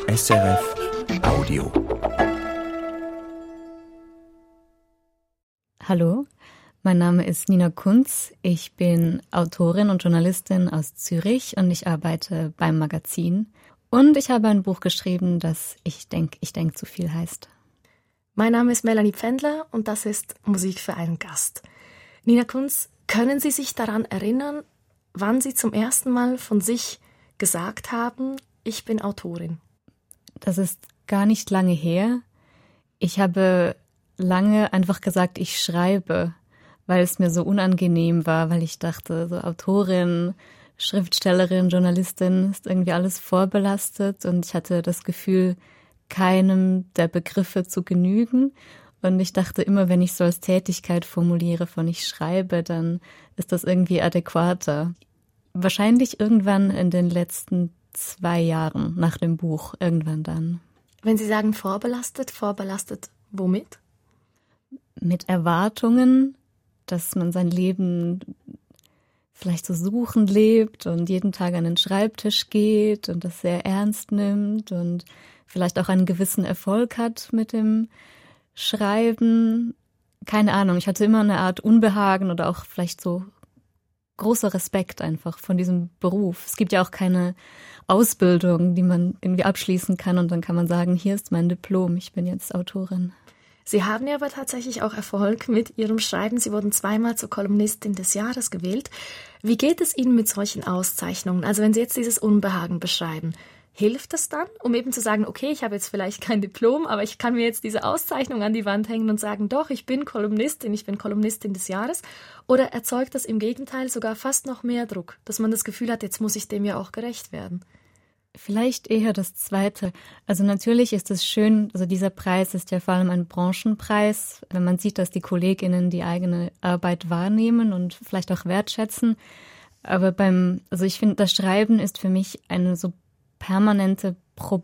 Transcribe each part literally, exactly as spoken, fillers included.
S R F Audio. Hallo, mein Name ist Nina Kunz. Ich bin Autorin und Journalistin aus Zürich und ich arbeite beim Magazin. Und ich habe ein Buch geschrieben, das Ich denk, ich denk zu viel heißt. Mein Name ist Melanie Pfändler und das ist Musik für einen Gast. Nina Kunz, können Sie sich daran erinnern, wann Sie zum ersten Mal von sich gesagt haben, ich bin Autorin? Das ist gar nicht lange her. Ich habe lange einfach gesagt, ich schreibe, weil es mir so unangenehm war, weil ich dachte, so Autorin, Schriftstellerin, Journalistin ist irgendwie alles vorbelastet und ich hatte das Gefühl, keinem der Begriffe zu genügen. Und ich dachte immer, wenn ich so als Tätigkeit formuliere von ich schreibe, dann ist das irgendwie adäquater. Wahrscheinlich irgendwann in den letzten zwei Jahren nach dem Buch, irgendwann dann. Wenn Sie sagen vorbelastet, vorbelastet womit? Mit Erwartungen, dass man sein Leben vielleicht so suchend lebt und jeden Tag an den Schreibtisch geht und das sehr ernst nimmt und vielleicht auch einen gewissen Erfolg hat mit dem Schreiben. Keine Ahnung, ich hatte immer eine Art Unbehagen oder auch vielleicht so großer Respekt einfach von diesem Beruf. Es gibt ja auch keine Ausbildung, die man irgendwie abschließen kann und dann kann man sagen, hier ist mein Diplom, ich bin jetzt Autorin. Sie haben ja aber tatsächlich auch Erfolg mit Ihrem Schreiben. Sie wurden zweimal zur Kolumnistin des Jahres gewählt. Wie geht es Ihnen mit solchen Auszeichnungen? Also wenn Sie jetzt dieses Unbehagen beschreiben, hilft das dann, um eben zu sagen, okay, ich habe jetzt vielleicht kein Diplom, aber ich kann mir jetzt diese Auszeichnung an die Wand hängen und sagen, doch, ich bin Kolumnistin, ich bin Kolumnistin des Jahres? Oder erzeugt das im Gegenteil sogar fast noch mehr Druck, dass man das Gefühl hat, jetzt muss ich dem ja auch gerecht werden? Vielleicht eher das Zweite. Also natürlich ist es schön, also dieser Preis ist ja vor allem ein Branchenpreis, wenn man sieht, dass die KollegInnen die eigene Arbeit wahrnehmen und vielleicht auch wertschätzen. Aber beim, also ich finde, das Schreiben ist für mich eine so permanente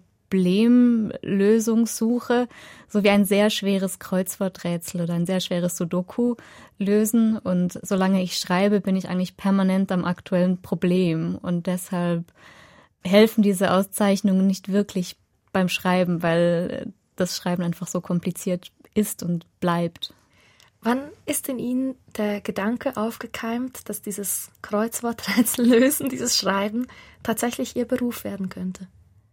Problemlösungssuche, so wie ein sehr schweres Kreuzworträtsel oder ein sehr schweres Sudoku lösen. Und solange ich schreibe, bin ich eigentlich permanent am aktuellen Problem. Und deshalb helfen diese Auszeichnungen nicht wirklich beim Schreiben, weil das Schreiben einfach so kompliziert ist und bleibt. Wann ist in Ihnen der Gedanke aufgekeimt, dass dieses Kreuzworträtsel lösen, dieses Schreiben, tatsächlich Ihr Beruf werden könnte?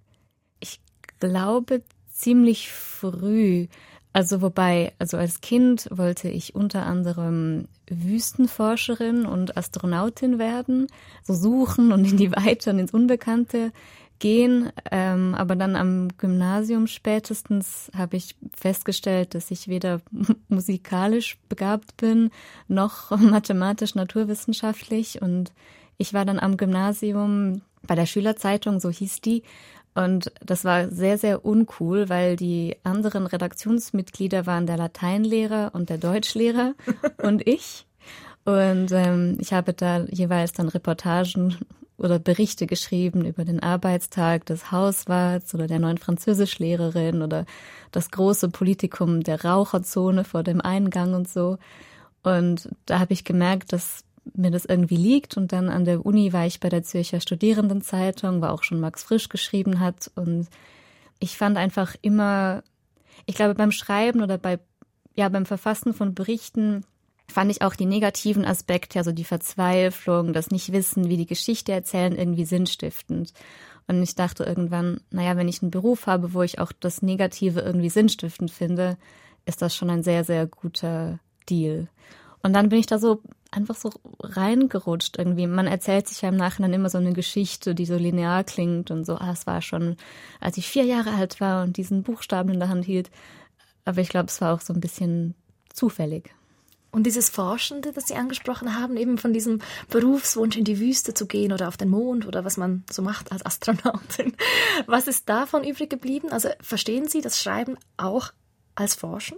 Ich glaube ziemlich früh. Also wobei, also als Kind wollte ich unter anderem Wüstenforscherin und Astronautin werden, so suchen und in die Weite und ins Unbekannte gehen. Ähm, aber dann am Gymnasium spätestens habe ich festgestellt, dass ich weder musikalisch begabt bin, noch mathematisch naturwissenschaftlich. Und ich war dann am Gymnasium bei der Schülerzeitung, so hieß die. Und das war sehr, sehr uncool, weil die anderen Redaktionsmitglieder waren der Lateinlehrer und der Deutschlehrer und ich. Und ähm, ich habe da jeweils dann Reportagen oder Berichte geschrieben über den Arbeitstag des Hauswarts oder der neuen Französischlehrerin oder das große Politikum der Raucherzone vor dem Eingang und so. Und da habe ich gemerkt, dass mir das irgendwie liegt. Und dann an der Uni war ich bei der Zürcher Studierendenzeitung, wo auch schon Max Frisch geschrieben hat. Und ich fand einfach immer, ich glaube beim Schreiben oder bei, ja, beim Verfassen von Berichten fand ich auch die negativen Aspekte, also die Verzweiflung, das Nichtwissen, wie die Geschichte erzählen, irgendwie sinnstiftend. Und ich dachte irgendwann, naja, wenn ich einen Beruf habe, wo ich auch das Negative irgendwie sinnstiftend finde, ist das schon ein sehr, sehr guter Deal. Und dann bin ich da so einfach so reingerutscht irgendwie. Man erzählt sich ja im Nachhinein immer so eine Geschichte, die so linear klingt und so, ah, es war schon, als ich vier Jahre alt war und diesen Buchstaben in der Hand hielt. Aber ich glaube, es war auch so ein bisschen zufällig. Und dieses Forschende, das Sie angesprochen haben, eben von diesem Berufswunsch in die Wüste zu gehen oder auf den Mond oder was man so macht als Astronautin, was ist davon übrig geblieben? Also verstehen Sie das Schreiben auch als Forschen?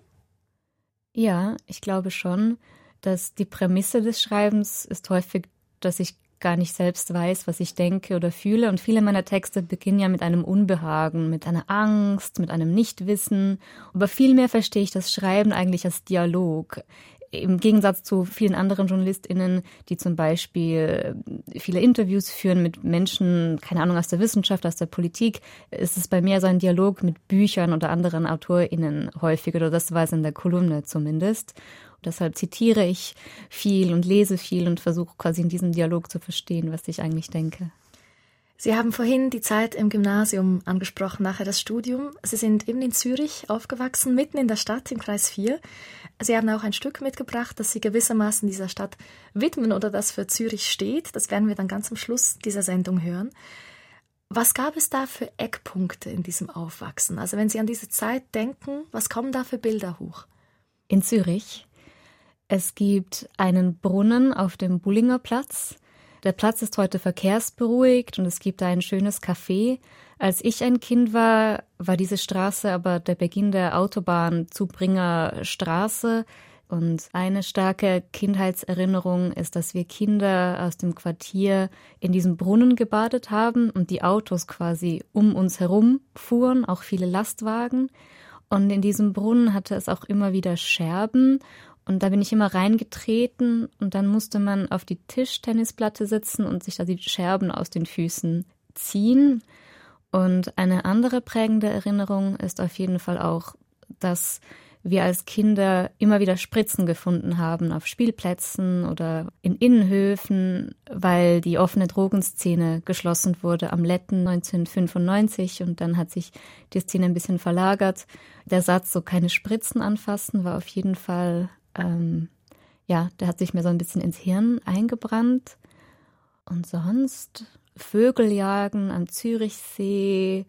Ja, ich glaube schon, dass die Prämisse des Schreibens ist häufig, dass ich gar nicht selbst weiß, was ich denke oder fühle. Und viele meiner Texte beginnen ja mit einem Unbehagen, mit einer Angst, mit einem Nichtwissen. Aber vielmehr verstehe ich das Schreiben eigentlich als Dialog. im Gegensatz zu vielen anderen JournalistInnen, die zum Beispiel viele Interviews führen mit Menschen, keine Ahnung, aus der Wissenschaft, aus der Politik, ist es bei mir so ein Dialog mit Büchern oder anderen AutorInnen häufig, oder das war es in der Kolumne zumindest. Und deshalb zitiere ich viel und lese viel und versuche quasi in diesem Dialog zu verstehen, was ich eigentlich denke. Sie haben vorhin die Zeit im Gymnasium angesprochen, nachher das Studium. Sie sind eben in Zürich aufgewachsen, mitten in der Stadt, im Kreis vier. Sie haben auch ein Stück mitgebracht, das Sie gewissermaßen dieser Stadt widmen oder das für Zürich steht. Das werden wir dann ganz am Schluss dieser Sendung hören. Was gab es da für Eckpunkte in diesem Aufwachsen? Also wenn Sie an diese Zeit denken, was kommen da für Bilder hoch? In Zürich. Es gibt einen Brunnen auf dem Bullinger Platz. Der Platz ist heute verkehrsberuhigt und es gibt da ein schönes Café. Als ich ein Kind war, war diese Straße aber der Beginn der Autobahn-Zubringerstraße. Und eine starke Kindheitserinnerung ist, dass wir Kinder aus dem Quartier in diesem Brunnen gebadet haben und die Autos quasi um uns herum fuhren, auch viele Lastwagen. Und in diesem Brunnen hatte es auch immer wieder Scherben. Und da bin ich immer reingetreten und dann musste man auf die Tischtennisplatte sitzen und sich da die Scherben aus den Füßen ziehen. Und eine andere prägende Erinnerung ist auf jeden Fall auch, dass wir als Kinder immer wieder Spritzen gefunden haben auf Spielplätzen oder in Innenhöfen, weil die offene Drogenszene geschlossen wurde am Letten neunzehnhundertfünfundneunzig und dann hat sich die Szene ein bisschen verlagert. Der Satz, so keine Spritzen anfassen, war auf jeden Fall Ähm, ja, der hat sich mir so ein bisschen ins Hirn eingebrannt. Und sonst Vögeljagen am Zürichsee.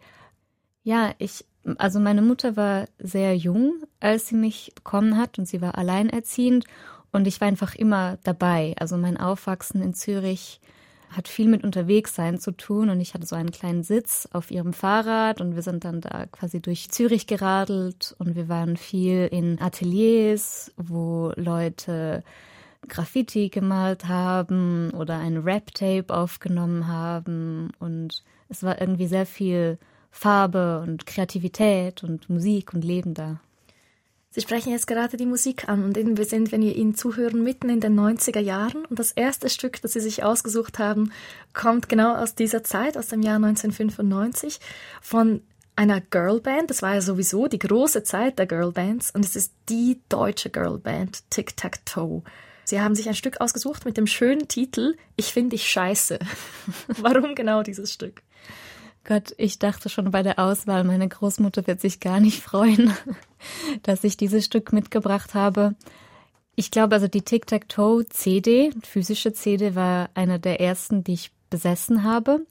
Ja, ich, also meine Mutter war sehr jung, als sie mich bekommen hat und sie war alleinerziehend und ich war einfach immer dabei. Also mein Aufwachsen in Zürich hat viel mit Unterwegssein zu tun und ich hatte so einen kleinen Sitz auf ihrem Fahrrad und wir sind dann da quasi durch Zürich geradelt und wir waren viel in Ateliers, wo Leute Graffiti gemalt haben oder ein Rap-Tape aufgenommen haben und es war irgendwie sehr viel Farbe und Kreativität und Musik und Leben da. Sie sprechen jetzt gerade die Musik an und wir sind, wenn wir Ihnen zuhören, mitten in den neunziger Jahren und das erste Stück, das Sie sich ausgesucht haben, kommt genau aus dieser Zeit, aus dem Jahr neunzehnhundertfünfundneunzig von einer Girlband. Das war ja sowieso die große Zeit der Girlbands und es ist die deutsche Girlband, Tic Tac Toe. Sie haben sich ein Stück ausgesucht mit dem schönen Titel Ich find dich scheiße. Warum genau dieses Stück? Gott, ich dachte schon bei der Auswahl, meine Großmutter wird sich gar nicht freuen, dass ich dieses Stück mitgebracht habe. Ich glaube, also die Tic-Tac-Toe-C D, physische C D, war einer der ersten, die ich besessen habe.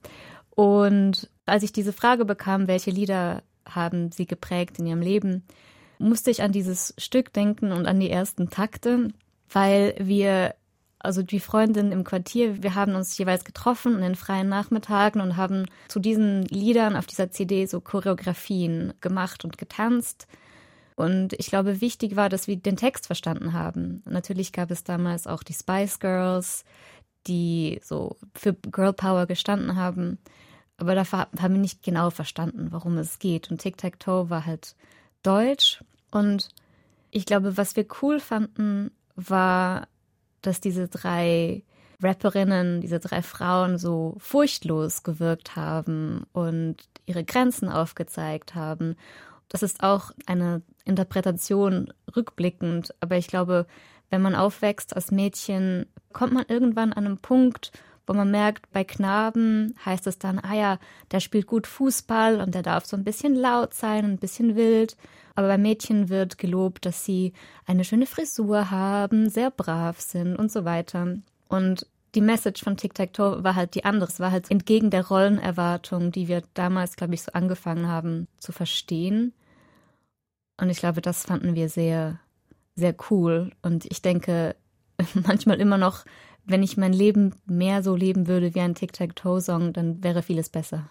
Und als ich diese Frage bekam, welche Lieder haben sie geprägt in ihrem Leben, musste ich an dieses Stück denken und an die ersten Takte, weil wir, also die Freundinnen im Quartier, wir haben uns jeweils getroffen in den freien Nachmittagen und haben zu diesen Liedern auf dieser C D so Choreografien gemacht und getanzt. Und ich glaube, wichtig war, dass wir den Text verstanden haben. Natürlich gab es damals auch die Spice Girls, die so für Girl Power gestanden haben. Aber da haben wir nicht genau verstanden, worum es geht. Und Tic-Tac-Toe war halt deutsch. Und ich glaube, was wir cool fanden, war, dass diese drei Rapperinnen, diese drei Frauen so furchtlos gewirkt haben und ihre Grenzen aufgezeigt haben. Das ist auch eine Interpretation rückblickend, aber ich glaube, wenn man aufwächst als Mädchen, kommt man irgendwann an einen Punkt, wo man merkt, bei Knaben heißt es dann, ah ja, der spielt gut Fußball und der darf so ein bisschen laut sein, ein bisschen wild. Aber bei Mädchen wird gelobt, dass sie eine schöne Frisur haben, sehr brav sind und so weiter. Und die Message von Tic-Tac-Toe war halt die andere. Es war halt entgegen der Rollenerwartung, die wir damals, glaube ich, so angefangen haben zu verstehen. Und ich glaube, das fanden wir sehr, sehr cool. Und ich denke manchmal immer noch, wenn ich mein Leben mehr so leben würde wie ein Tic-Tac-Toe-Song, dann wäre vieles besser.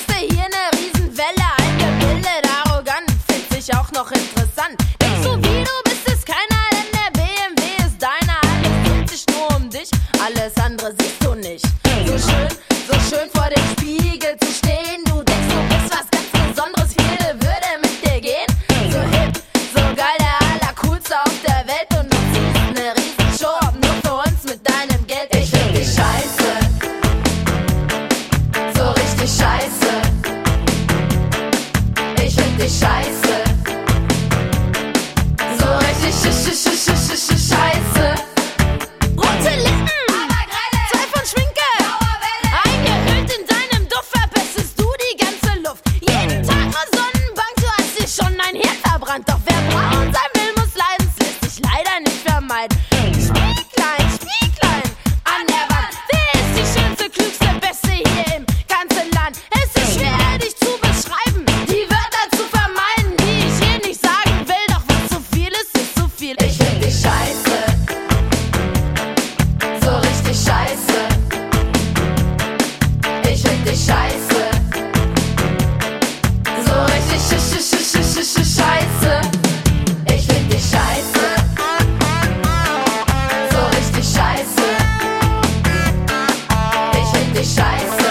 Auch noch interessant. Denkst du, wie du schön vor dem Spiegel zu stehen. Du denkst, du bist was ganz Besonderes, jede würde mit dir gehen. So hip, so geil, der allercoolste auf der Welt. Und du ziehst eine Riesenshow ab, nur für uns mit deinem Geld. Ich find dich scheiße, so richtig scheiße. Ich find dich scheiße, so richtig sch sch sch sch sch sch scheiße. Rote Lippen, zwei von Schminke, eingehüllt in deinem Duft verpestest du die ganze Luft. Jeden Tag nur Sonnenbank, du hast dir schon ein Herz verbrannt. Doch wer braun sein will, muss leiden, es lässt sich leider nicht vermeiden. Spieglein, Spieglein an der Wand, wer ist die schönste, klügste, beste hier im ganzen Land? Es ist schwer, dich zu beschreiben, die Wörter zu vermeiden, die ich hier nicht sagen will. Doch was zu viel ist, ist zu viel. Ich find dich scheiße, so richtig scheiße. Ich find dich scheiße, so richtig sch sch sch sch sch sch scheiße. Ich find dich scheiße, so richtig scheiße. Ich find dich scheiße,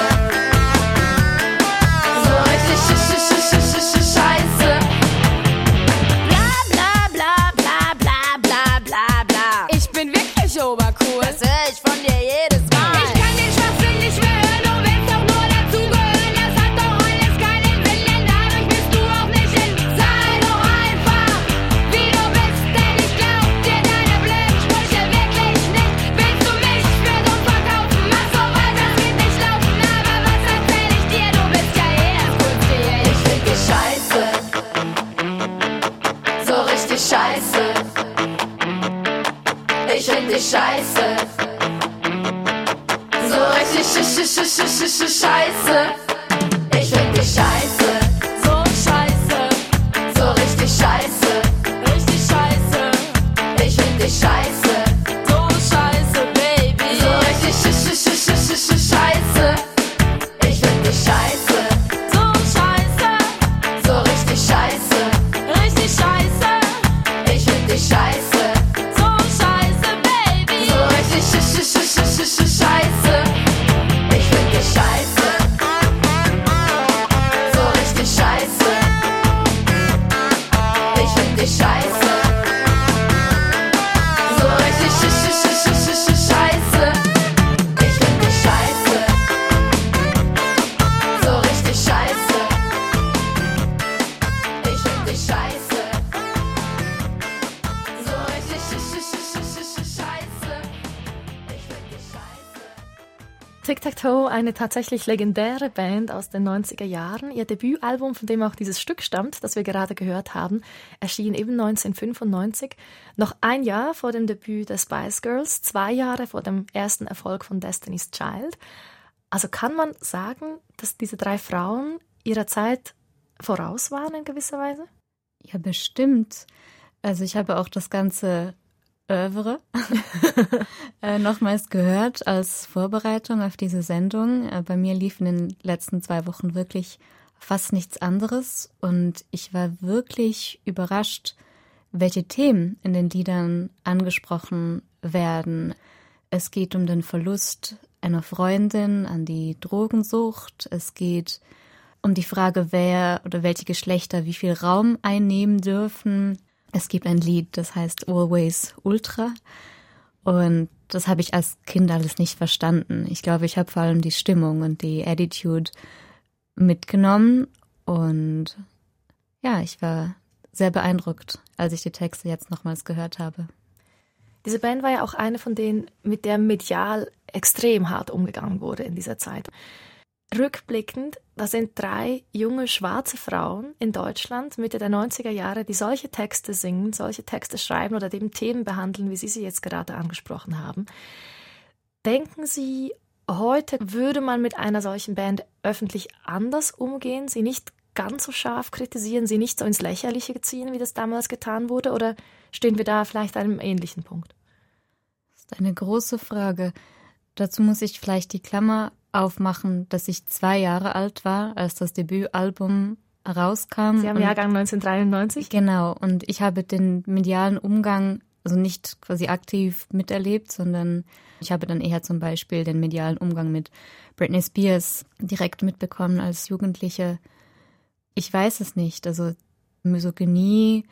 so richtig sch sch sch sch sch sch scheiße. Bla bla bla bla bla bla bla bla. Ich bin wirklich obercool, das hör ich von dir jedes Mal. Ich kann den Schwachsinn nicht mehr hören, du willst doch nur dazugehören. Das hat doch alles keinen Sinn, denn dadurch bist du auch nicht in. Sei doch einfach, wie du bist, denn ich glaub dir deine blöden Sprüche wirklich nicht. Willst du mich für dumm verkaufen? Mach so weit, das geht nicht laufen. Aber was erzähl ich dir, du bist ja eh das Coolste hier. Ich find dich scheiße, so richtig scheiße. Ich find dich scheiße, so richtig sch sch sch sch sch sch scheiße. Ich find dich scheiße, so scheiße, so richtig scheiße, richtig scheiße. Ich find dich scheiße, so scheiße, Baby, so richtig sch sch sch sch sch sch scheiße. Ich find dich scheiße, so scheiße, so richtig scheiße, richtig scheiße. Ich find dich scheiße, so scheiße, Baby, so richtig sch sch sch sch sch sch scheiße. Ich find dich scheiße, so richtig scheiße. Ich find dich scheiße, so richtig sch sch sch sch sch sch scheiße. Ich find dich scheiße, so richtig scheiße. Ich find dich scheiße, so richtig sch sch sch sch sch scheiße. Ich find dich scheiße. Tic-Tac-Toe, eine tatsächlich legendäre Band aus den neunziger Jahren. Ihr Debütalbum, von dem auch dieses Stück stammt, das wir gerade gehört haben, erschien eben neunzehnhundertfünfundneunzig. Noch ein Jahr vor dem Debüt der Spice Girls, zwei Jahre vor dem ersten Erfolg von Destiny's Child. Also kann man sagen, dass diese drei Frauen ihrer Zeit voraus waren in gewisser Weise? Ja, bestimmt. Also ich habe auch das ganze Oeuvre äh, nochmals gehört als Vorbereitung auf diese Sendung. Äh, bei mir lief in den letzten zwei Wochen wirklich fast nichts anderes und ich war wirklich überrascht, welche Themen in den Liedern angesprochen werden. Es geht um den Verlust einer Freundin, an die Drogensucht. Es geht um die Frage, wer oder welche Geschlechter wie viel Raum einnehmen dürfen. Es gibt ein Lied, das heißt Always Ultra und das habe ich als Kind alles nicht verstanden. Ich glaube, ich habe vor allem die Stimmung und die Attitude mitgenommen und ja, ich war sehr beeindruckt, als ich die Texte jetzt nochmals gehört habe. Diese Band war ja auch eine von denen, mit der medial extrem hart umgegangen wurde in dieser Zeit. Rückblickend, da sind drei junge schwarze Frauen in Deutschland Mitte der neunziger Jahre, die solche Texte singen, solche Texte schreiben oder eben Themen behandeln, wie Sie sie jetzt gerade angesprochen haben. Denken Sie, heute würde man mit einer solchen Band öffentlich anders umgehen, sie nicht ganz so scharf kritisieren, sie nicht so ins Lächerliche ziehen, wie das damals getan wurde, oder stehen wir da vielleicht an einem ähnlichen Punkt? Das ist eine große Frage. Dazu muss ich vielleicht die Klammer aufmachen, dass ich zwei Jahre alt war, als das Debütalbum rauskam. Sie haben Jahrgang neunzehnhundertdreiundneunzig? Genau, und ich habe den medialen Umgang also nicht quasi aktiv miterlebt, sondern ich habe dann eher zum Beispiel den medialen Umgang mit Britney Spears direkt mitbekommen als Jugendliche. Ich weiß es nicht. Also Misogynie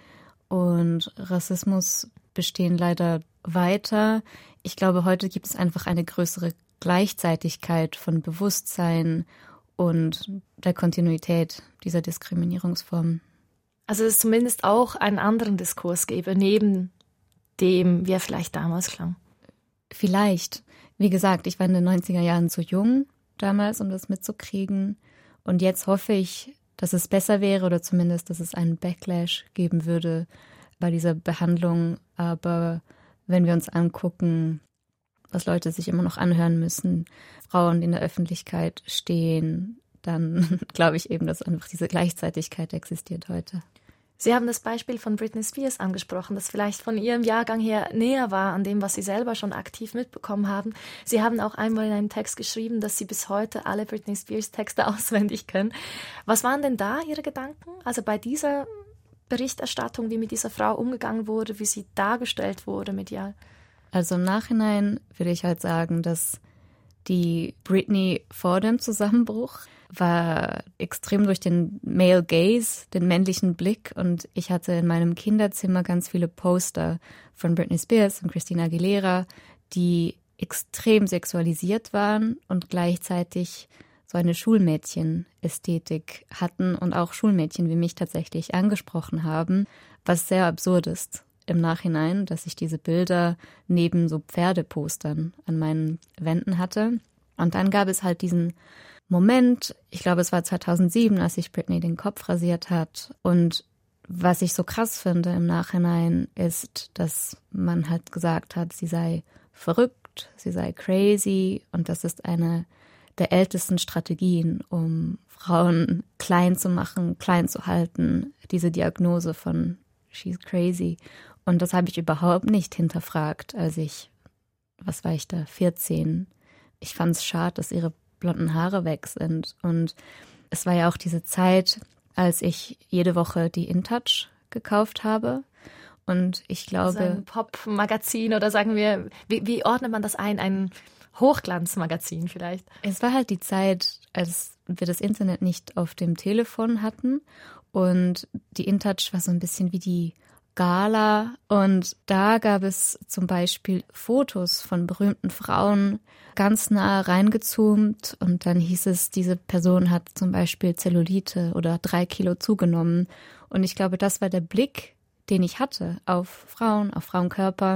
und Rassismus bestehen leider weiter. Ich glaube, heute gibt es einfach eine größere Gleichzeitigkeit von Bewusstsein und der Kontinuität dieser Diskriminierungsformen. Also es zumindest auch einen anderen Diskurs gäbe, neben dem, wie er vielleicht damals klang. Vielleicht. Wie gesagt, ich war in den neunziger Jahren zu jung damals, um das mitzukriegen. Und jetzt hoffe ich, dass es besser wäre oder zumindest, dass es einen Backlash geben würde bei dieser Behandlung. Aber wenn wir uns angucken, was Leute sich immer noch anhören müssen, Frauen, die in der Öffentlichkeit stehen, dann glaube ich eben, dass einfach diese Gleichzeitigkeit existiert heute. Sie haben das Beispiel von Britney Spears angesprochen, das vielleicht von Ihrem Jahrgang her näher war an dem, was Sie selber schon aktiv mitbekommen haben. Sie haben auch einmal in einem Text geschrieben, dass Sie bis heute alle Britney Spears Texte auswendig können. Was waren denn da Ihre Gedanken? Also bei dieser Berichterstattung, wie mit dieser Frau umgegangen wurde, wie sie dargestellt wurde medial? Also im Nachhinein würde ich halt sagen, dass die Britney vor dem Zusammenbruch war extrem durch den Male Gaze, den männlichen Blick. Und ich hatte in meinem Kinderzimmer ganz viele Poster von Britney Spears und Christina Aguilera, die extrem sexualisiert waren und gleichzeitig so eine Schulmädchen-Ästhetik hatten und auch Schulmädchen wie mich tatsächlich angesprochen haben, was sehr absurd ist im Nachhinein, dass ich diese Bilder neben so Pferdepostern an meinen Wänden hatte. Und dann gab es halt diesen Moment, ich glaube, es war zweitausendsieben, als sich Britney den Kopf rasiert hat. Und was ich so krass finde im Nachhinein ist, dass man halt gesagt hat, sie sei verrückt, sie sei crazy. Und das ist eine der ältesten Strategien, um Frauen klein zu machen, klein zu halten. Diese Diagnose von she's crazy. Und das habe ich überhaupt nicht hinterfragt, als ich, was war ich da, vierzehn. Ich fand es schade, dass ihre blonden Haare weg sind. Und es war ja auch diese Zeit, als ich jede Woche die InTouch gekauft habe. Und ich glaube... Also ein Pop-Magazin oder sagen wir, wie, wie ordnet man das ein? Ein Hochglanzmagazin vielleicht? Es war halt die Zeit, als wir das Internet nicht auf dem Telefon hatten. Und die InTouch war so ein bisschen wie die Gala. Und da gab es zum Beispiel Fotos von berühmten Frauen ganz nah reingezoomt. Und dann hieß es, diese Person hat zum Beispiel Zellulite oder drei Kilo zugenommen. Und ich glaube, das war der Blick, den ich hatte auf Frauen, auf Frauenkörper,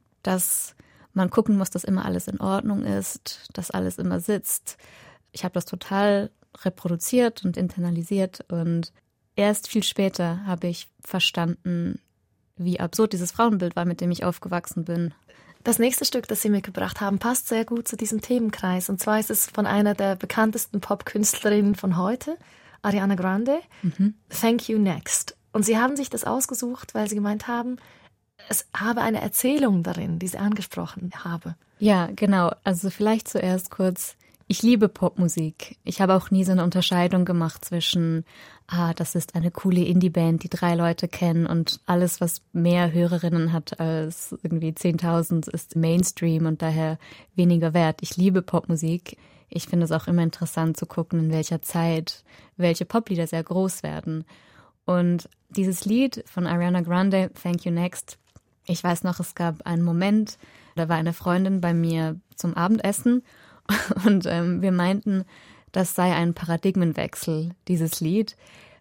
dass man gucken muss, dass immer alles in Ordnung ist, dass alles immer sitzt. Ich habe das total reproduziert und internalisiert und erst viel später habe ich verstanden, wie absurd dieses Frauenbild war, mit dem ich aufgewachsen bin. Das nächste Stück, das Sie mitgebracht haben, passt sehr gut zu diesem Themenkreis. Und zwar ist es von einer der bekanntesten Popkünstlerinnen von heute, Ariana Grande, mhm. Thank You Next. Und Sie haben sich das ausgesucht, weil Sie gemeint haben, es habe eine Erzählung darin, die Sie angesprochen habe. Ja, genau. Also vielleicht zuerst kurz, ich liebe Popmusik. Ich habe auch nie so eine Unterscheidung gemacht zwischen, ah, das ist eine coole Indie-Band, die drei Leute kennen und alles, was mehr Hörerinnen hat als irgendwie zehntausend, ist Mainstream und daher weniger wert. Ich liebe Popmusik. Ich finde es auch immer interessant zu gucken, in welcher Zeit welche Poplieder sehr groß werden. Und dieses Lied von Ariana Grande, Thank You Next, ich weiß noch, es gab einen Moment, da war eine Freundin bei mir zum Abendessen und ähm, wir meinten, das sei ein Paradigmenwechsel, dieses Lied,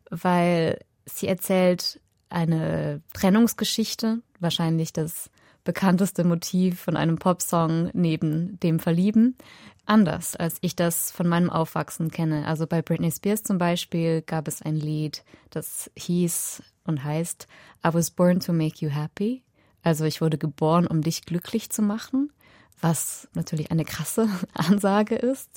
weil sie erzählt eine Trennungsgeschichte, wahrscheinlich das bekannteste Motiv von einem Popsong neben dem Verlieben, anders, als ich das von meinem Aufwachsen kenne. Also bei Britney Spears zum Beispiel gab es ein Lied, das hieß und heißt I was born to make you happy. Also ich wurde geboren, um dich glücklich zu machen, was natürlich eine krasse Ansage ist.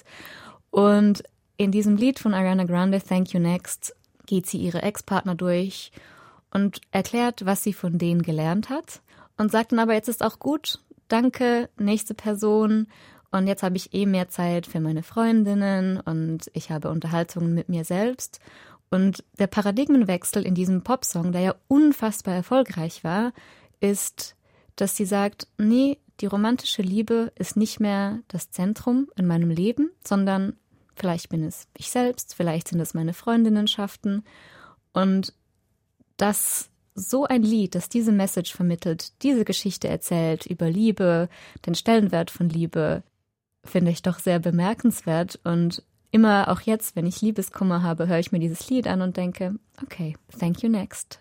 Und in diesem Lied von Ariana Grande, Thank You Next, geht sie ihre Ex-Partner durch und erklärt, was sie von denen gelernt hat und sagt dann aber, jetzt ist auch gut, danke, nächste Person und jetzt habe ich eh mehr Zeit für meine Freundinnen und ich habe Unterhaltungen mit mir selbst. Und der Paradigmenwechsel in diesem Popsong, der ja unfassbar erfolgreich war, ist, dass sie sagt, nee, die romantische Liebe ist nicht mehr das Zentrum in meinem Leben, sondern vielleicht bin es ich selbst, vielleicht sind es meine Freundinnenschaften. Und dass so ein Lied, das diese Message vermittelt, diese Geschichte erzählt über Liebe, den Stellenwert von Liebe, finde ich doch sehr bemerkenswert. Und immer auch jetzt, wenn ich Liebeskummer habe, höre ich mir dieses Lied an und denke, okay, thank you next.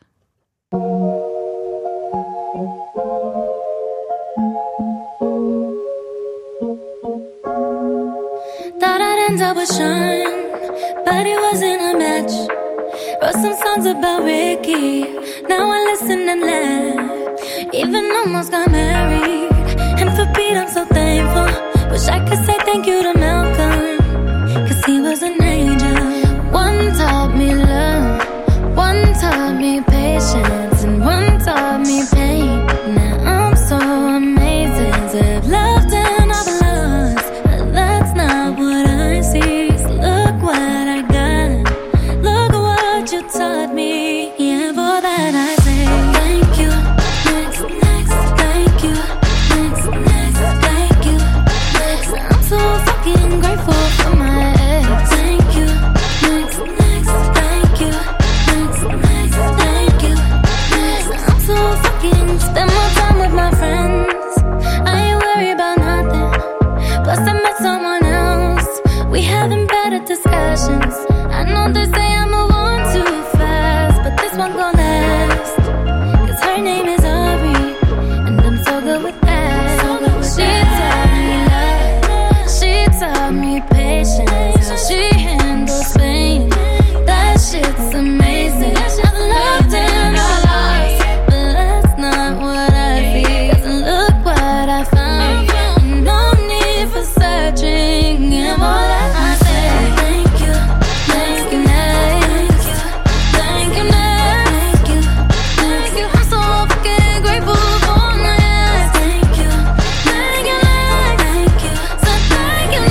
Thought I'd end up with Sean, but it wasn't a match. Wrote some songs about Ricky, now I listen and laugh. Even almost got married, and for Pete I'm so thankful. Wish I could say thank you to Malcolm, cause he was an angel. One taught me love, one taught me patience, and one taught me pain. Now I'm so amazing to have loved and I've lost, but that's not what I see. So look what I got, look what you taught me. Yeah, for that I say thank you, next, next, thank you, next, next, thank you, next. I'm so fucking grateful for my ex. Thank you, next, next, thank you, next, next, thank you, next. I'm so fucking spend more time with my friends. I ain't worried about nothing. Plus I met someone else. We having better discussions. I know they say I move on too fast, but this one gon' last. Cause her name is Aubrey, and I'm so good with that. So good with she that. taught me love, she taught me patience, how she handles pain. That shit's amazing. I've loved and I lost, but that's not what I see. Cause look what I found, and no need for searching. And all that I say, thank you, thank you, next, thank you, next, thank you, thank you. I'm so fucking grateful for my ex. Thank you, thank you, next, thank you, so thank you,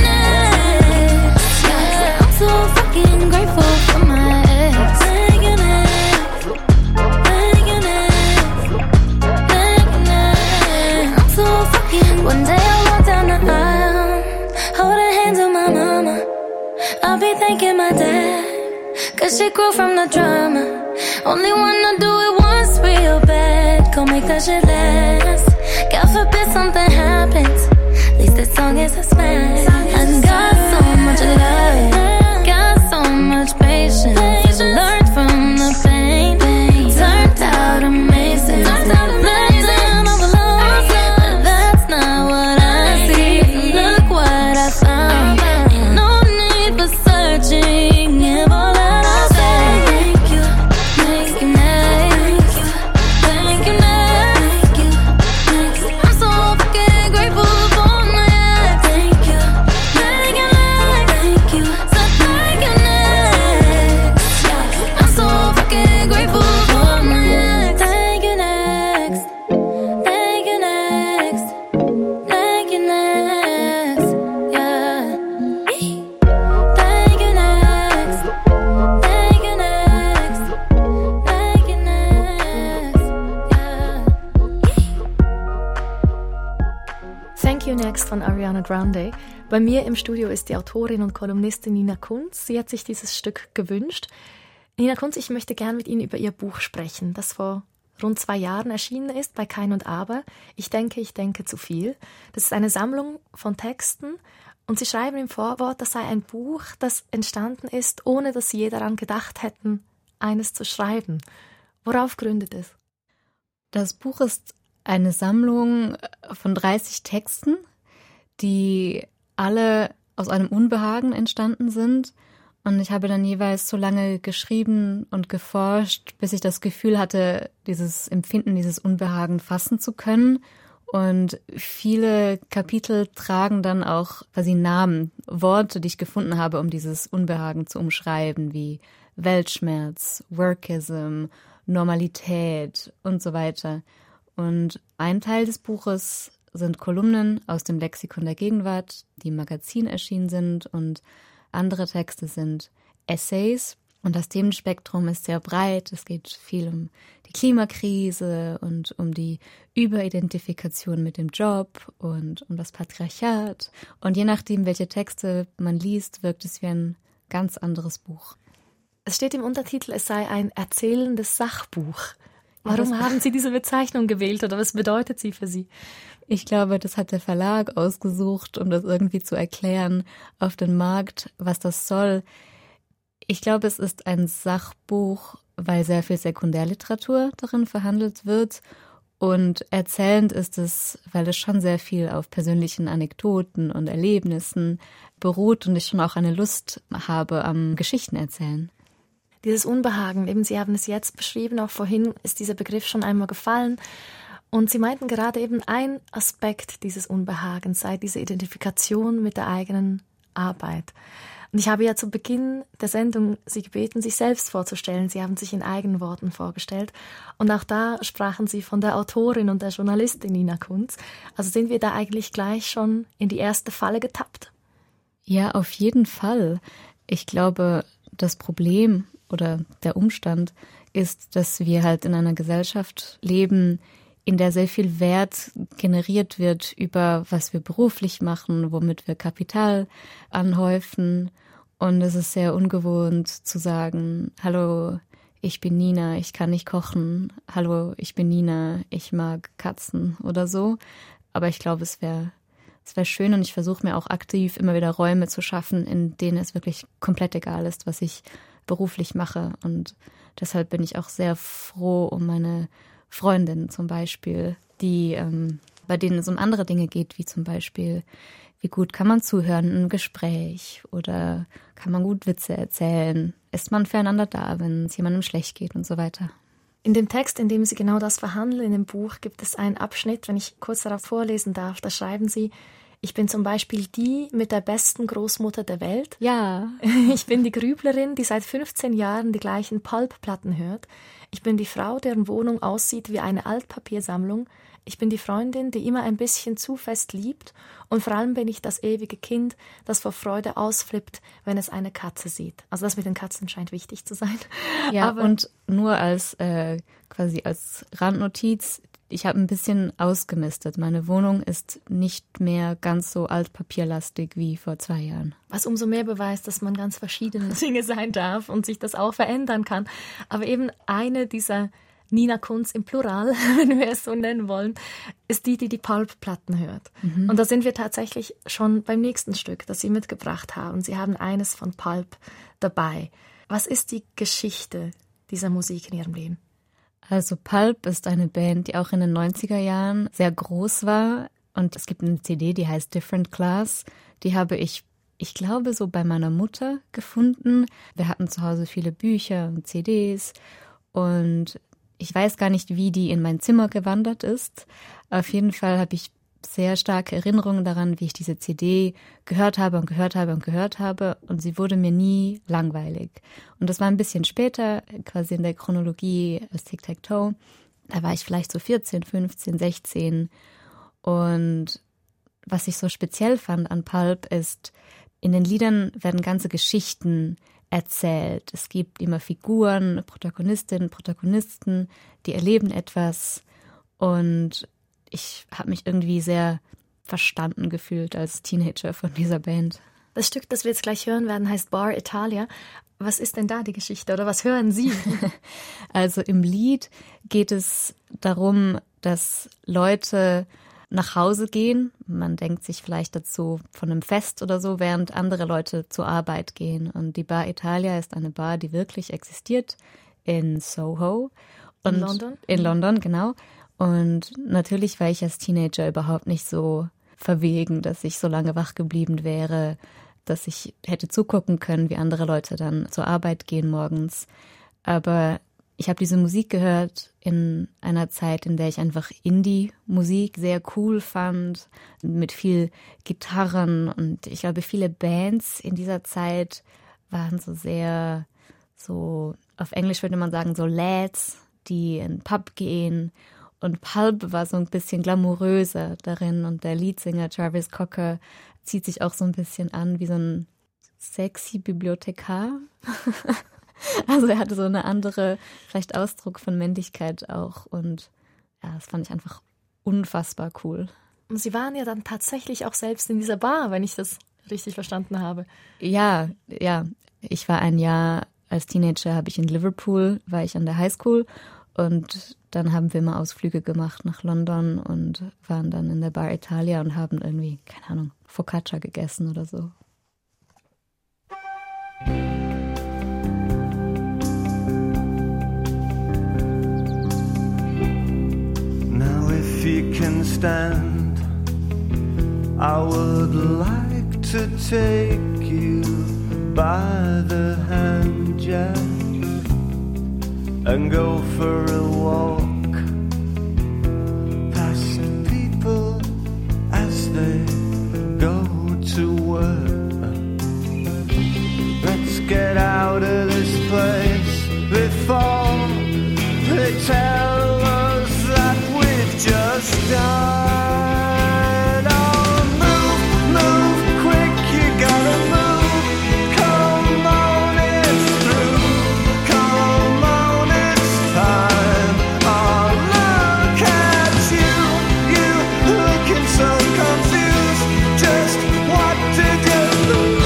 next. Yeah, I'm so fucking grateful for my ex. Thank you, next, thank you, next, thank you, next. I'm so fucking. One day I walk down the aisle, hold her hands of my mama. I'll be thanking my dad, cause she grew from the drama. Only wanna do it once real bad, go make that shit last. God forbid something happens, at least this song is a smash. I got so much love, got so much patience, learned from the pain, turned out amazing. Let them overload, but that's not what I see. Look what I found, ain't no need for searching. And all that I say, thank you, thank you, next, thank you, next, thank you, next. I'm so fucking grateful for my ex. Thank you, thank you, next, thank you, so thank you, next. I'm so fucking grateful for my ex. Thank you, next, thank you, next, thank you, next, yeah. Thank you, next, thank you, next, thank you, next, yeah. Thank You Next von Ariana Grande. Bei mir im Studio ist die Autorin und Kolumnistin Nina Kunz. Sie hat sich dieses Stück gewünscht. Nina Kunz, ich möchte gern mit Ihnen über Ihr Buch sprechen, das vor rund zwei Jahren erschienen ist bei Kein und Aber. Ich denke, ich denke zu viel. Das ist eine Sammlung von Texten und Sie schreiben im Vorwort, das sei ein Buch, das entstanden ist, ohne dass Sie je daran gedacht hätten, eines zu schreiben. Worauf gründet es? Das Buch ist eine Sammlung von dreißig Texten, die alle aus einem Unbehagen entstanden sind. Und ich habe dann jeweils so lange geschrieben und geforscht, bis ich das Gefühl hatte, dieses Empfinden, dieses Unbehagen fassen zu können. Und viele Kapitel tragen dann auch quasi Namen, Worte, die ich gefunden habe, um dieses Unbehagen zu umschreiben, wie Weltschmerz, Workism, Normalität und so weiter. Und ein Teil des Buches sind Kolumnen aus dem Lexikon der Gegenwart, die im Magazin erschienen sind, und andere Texte sind Essays, Und das Themenspektrum ist sehr breit. Es geht viel um die Klimakrise und um die Überidentifikation mit dem Job und um das Patriarchat. Und je nachdem, welche Texte man liest, wirkt es wie ein ganz anderes Buch. Es steht im Untertitel, es sei ein erzählendes Sachbuch. Warum haben Sie diese Bezeichnung gewählt oder was bedeutet sie für Sie? Ich glaube, das hat der Verlag ausgesucht, um das irgendwie zu erklären auf den Markt, was das soll. Ich glaube, es ist ein Sachbuch, weil sehr viel Sekundärliteratur darin verhandelt wird. Und erzählend ist es, weil es schon sehr viel auf persönlichen Anekdoten und Erlebnissen beruht und ich schon auch eine Lust habe am Geschichtenerzählen. Dieses Unbehagen, eben Sie haben es jetzt beschrieben, auch vorhin ist dieser Begriff schon einmal gefallen. Und Sie meinten gerade eben, ein Aspekt dieses Unbehagens sei diese Identifikation mit der eigenen Arbeit. Und ich habe ja zu Beginn der Sendung Sie gebeten, sich selbst vorzustellen. Sie haben sich in eigenen Worten vorgestellt. Und auch da sprachen Sie von der Autorin und der Journalistin Nina Kunz. Also sind wir da eigentlich gleich schon in die erste Falle getappt? Ja, auf jeden Fall. Ich glaube, das Problem oder der Umstand ist, dass wir halt in einer Gesellschaft leben, in der sehr viel Wert generiert wird über was wir beruflich machen, womit wir Kapital anhäufen. Und es ist sehr ungewohnt zu sagen, hallo, ich bin Nina, ich kann nicht kochen. Hallo, ich bin Nina, ich mag Katzen oder so. Aber ich glaube, es wäre es wäre schön und ich versuche mir auch aktiv immer wieder Räume zu schaffen, in denen es wirklich komplett egal ist, was ich beruflich mache. Und deshalb bin ich auch sehr froh um meine Freundinnen zum Beispiel, die, ähm, bei denen es um andere Dinge geht, wie zum Beispiel, wie gut kann man zuhören in einem Gespräch oder kann man gut Witze erzählen, ist man füreinander da, wenn es jemandem schlecht geht und so weiter. In dem Text, in dem Sie genau das verhandeln, in dem Buch, gibt es einen Abschnitt, wenn ich kurz darauf vorlesen darf, da schreiben Sie, ich bin zum Beispiel die mit der besten Großmutter der Welt. Ja. Ich bin die Grüblerin, die seit fünfzehn Jahren die gleichen Pulp-Platten hört. Ich bin die Frau, deren Wohnung aussieht wie eine Altpapiersammlung. Ich bin die Freundin, die immer ein bisschen zu fest liebt. Und vor allem bin ich das ewige Kind, das vor Freude ausflippt, wenn es eine Katze sieht. Also das mit den Katzen scheint wichtig zu sein. Ja, aber und nur als äh, quasi als Randnotiz, ich habe ein bisschen ausgemistet. Meine Wohnung ist nicht mehr ganz so altpapierlastig wie vor zwei Jahren. Was umso mehr beweist, dass man ganz verschiedene Dinge sein darf und sich das auch verändern kann. Aber eben eine dieser Nina Kunz im Plural, wenn wir es so nennen wollen, ist die, die die Pulp-Platten hört. Mhm. Und da sind wir tatsächlich schon beim nächsten Stück, das Sie mitgebracht haben. Sie haben eines von Pulp dabei. Was ist die Geschichte dieser Musik in Ihrem Leben? Also Pulp ist eine Band, die auch in den neunziger Jahren sehr groß war. Und es gibt eine C D, die heißt Different Class. Die habe ich, ich glaube, so bei meiner Mutter gefunden. Wir hatten zu Hause viele Bücher und C Ds. Und ich weiß gar nicht, wie die in mein Zimmer gewandert ist. Auf jeden Fall habe ich sehr starke Erinnerungen daran, wie ich diese C D gehört habe und gehört habe und gehört habe. Und sie wurde mir nie langweilig. Und das war ein bisschen später, quasi in der Chronologie als Tic-Tac-Toe. Da war ich vielleicht so vierzehn, fünfzehn, sechzehn. Und was ich so speziell fand an Pulp ist, in den Liedern werden ganze Geschichten erzählt. Es gibt immer Figuren, Protagonistinnen, Protagonisten, die erleben etwas. Und ich habe mich irgendwie sehr verstanden gefühlt als Teenager von dieser Band. Das Stück, das wir jetzt gleich hören werden, heißt Bar Italia. Was ist denn da die Geschichte oder was hören Sie? Also im Lied geht es darum, dass Leute nach Hause gehen. Man denkt sich vielleicht dazu von einem Fest oder so, während andere Leute zur Arbeit gehen. Und die Bar Italia ist eine Bar, die wirklich existiert in Soho. Und in London? In London, genau. Und natürlich war ich als Teenager überhaupt nicht so verwegen, dass ich so lange wach geblieben wäre, dass ich hätte zugucken können, wie andere Leute dann zur Arbeit gehen morgens. Aber ich habe diese Musik gehört in einer Zeit, in der ich einfach Indie-Musik sehr cool fand, mit viel Gitarren. Und ich glaube, viele Bands in dieser Zeit waren so sehr, so auf Englisch würde man sagen, so Lads, die in den Pub gehen. Und Pulp war so ein bisschen glamouröser darin und der Leadsänger Jarvis Cocker zieht sich auch so ein bisschen an wie so ein sexy Bibliothekar. Also er hatte so eine andere, vielleicht Ausdruck von Männlichkeit auch. Und ja, das fand ich einfach unfassbar cool. Und Sie waren ja dann tatsächlich auch selbst in dieser Bar, wenn ich das richtig verstanden habe. Ja, ja. Ich war ein Jahr, als Teenager habe ich in Liverpool, war ich an der Highschool. Und dann haben wir mal Ausflüge gemacht nach London und waren dann in der Bar Italia und haben irgendwie, keine Ahnung, Focaccia gegessen oder so. Now if you can stand, I would like to take you by the hand, Jack, and go for a walk past people as they go to work. Let's get out of this place before they tell us that we've just died. Oh, move, move quick, you gotta move. Come on, it's through. Come on, it's time. Oh, look at you, you looking so confused. Just what did you lose?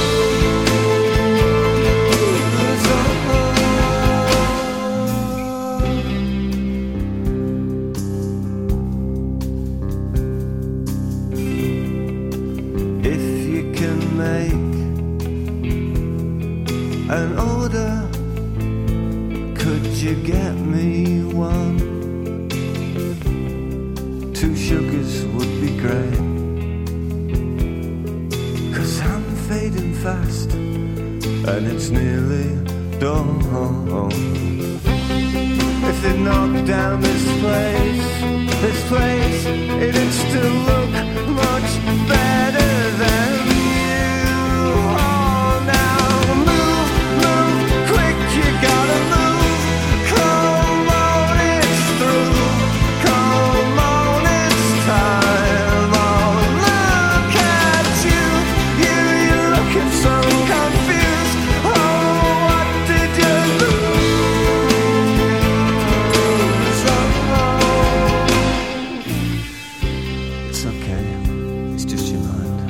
If you can make an order, could you get me one? Two sugars would be great, 'cause I'm fading fast and it's nearly dawn. If they knock down this place, this place, it'd still look much better than you. Oh, now move, move quick, you gotta move. Come on, it's through. Come on, it's time. Oh, look at you, you, you're looking so confused. Oh, what did you lose? It's okay, it's just your mind.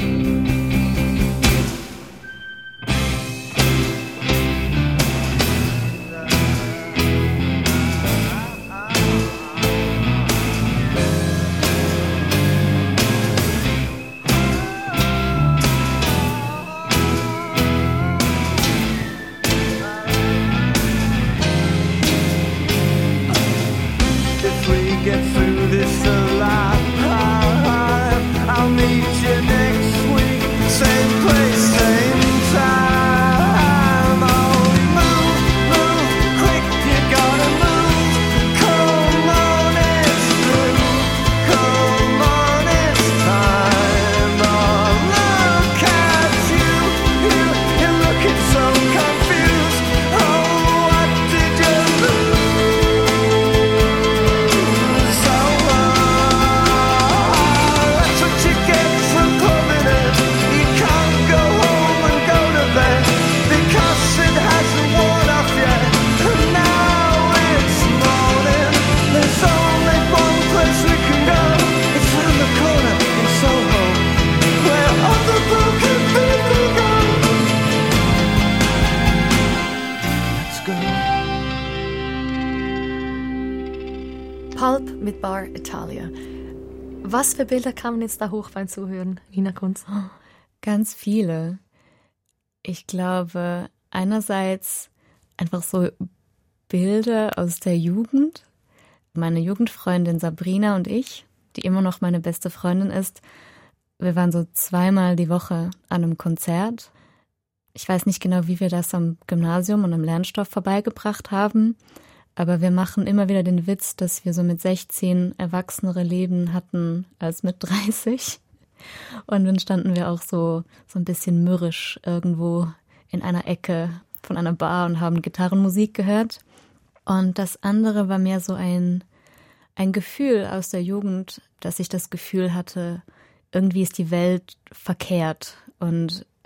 If we get through this alive, I'll meet you next week, same place, same time. Oh, move, move quick, you gotta move. Come on, it's through. Come on, it's time. Oh, look at you, you, you're looking so confused. Oh, what did you lose? So, uh, that's what you get from pulling it. You can't go home and go to bed because it hasn't worn off yet. And now it's morning. There's only one place we can go. It's round the corner in Soho, where all the broken people go. Let's go. Pulp mit Bar Italia. Was für Bilder kamen jetzt da hoch beim Zuhören, Nina Kunz? Ganz viele. Ich glaube, einerseits einfach so Bilder aus der Jugend. Meine Jugendfreundin Sabrina und ich, die immer noch meine beste Freundin ist, wir waren so zweimal die Woche an einem Konzert. Ich weiß nicht genau, wie wir das am Gymnasium und am Lernstoff vorbeigebracht haben, aber wir machen immer wieder den Witz, dass wir so mit sechzehn erwachsenere Leben hatten als mit dreißig. Und dann standen wir auch so, so ein bisschen mürrisch irgendwo in einer Ecke von einer Bar und haben Gitarrenmusik gehört. Und das andere war mehr so ein, ein Gefühl aus der Jugend, dass ich das Gefühl hatte, irgendwie ist die Welt verkehrt und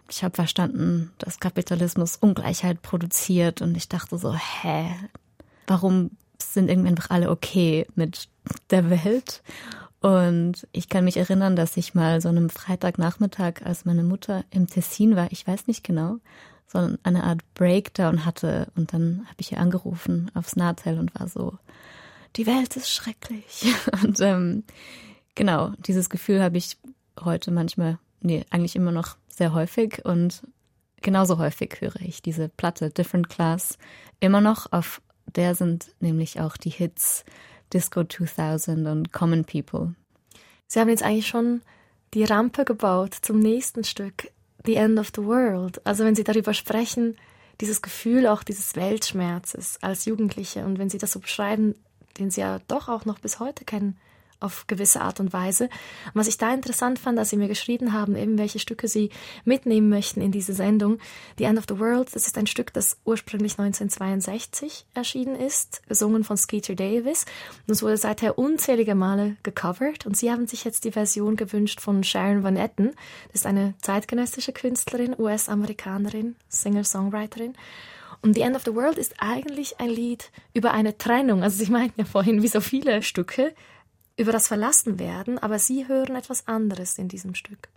ich habe verstanden, dass Kapitalismus Ungleichheit produziert und ich dachte so, hä, warum sind irgendwie einfach alle okay mit der Welt? Und ich kann mich erinnern, dass ich mal so an einem Freitagnachmittag, als meine Mutter im Tessin war, ich weiß nicht genau, sondern eine Art Breakdown hatte und dann habe ich ihr angerufen aufs Nahtel und war so, die Welt ist schrecklich. Und ähm, genau, dieses Gefühl habe ich heute manchmal, nee, eigentlich immer noch sehr häufig und genauso häufig höre ich diese Platte Different Class immer noch. Auf der sind nämlich auch die Hits Disco zweitausend und Common People. Sie haben jetzt eigentlich schon die Rampe gebaut zum nächsten Stück, The End of the World. Also wenn Sie darüber sprechen, dieses Gefühl auch dieses Weltschmerzes als Jugendliche und wenn Sie das so beschreiben, den Sie ja doch auch noch bis heute kennen, auf gewisse Art und Weise. Und was ich da interessant fand, dass Sie mir geschrieben haben, eben welche Stücke Sie mitnehmen möchten in diese Sendung. The End of the World, das ist ein Stück, das ursprünglich neunzehnhundertzweiundsechzig erschienen ist, gesungen von Skeeter Davis. Und es wurde seither unzählige Male gecovert. Und Sie haben sich jetzt die Version gewünscht von Sharon Van Etten. Das ist eine zeitgenössische Künstlerin, U S-Amerikanerin, Singer-Songwriterin. Und The End of the World ist eigentlich ein Lied über eine Trennung. Also Sie meinten ja vorhin, wie so viele Stücke, über das Verlassenwerden, aber Sie hören etwas anderes in diesem Stück.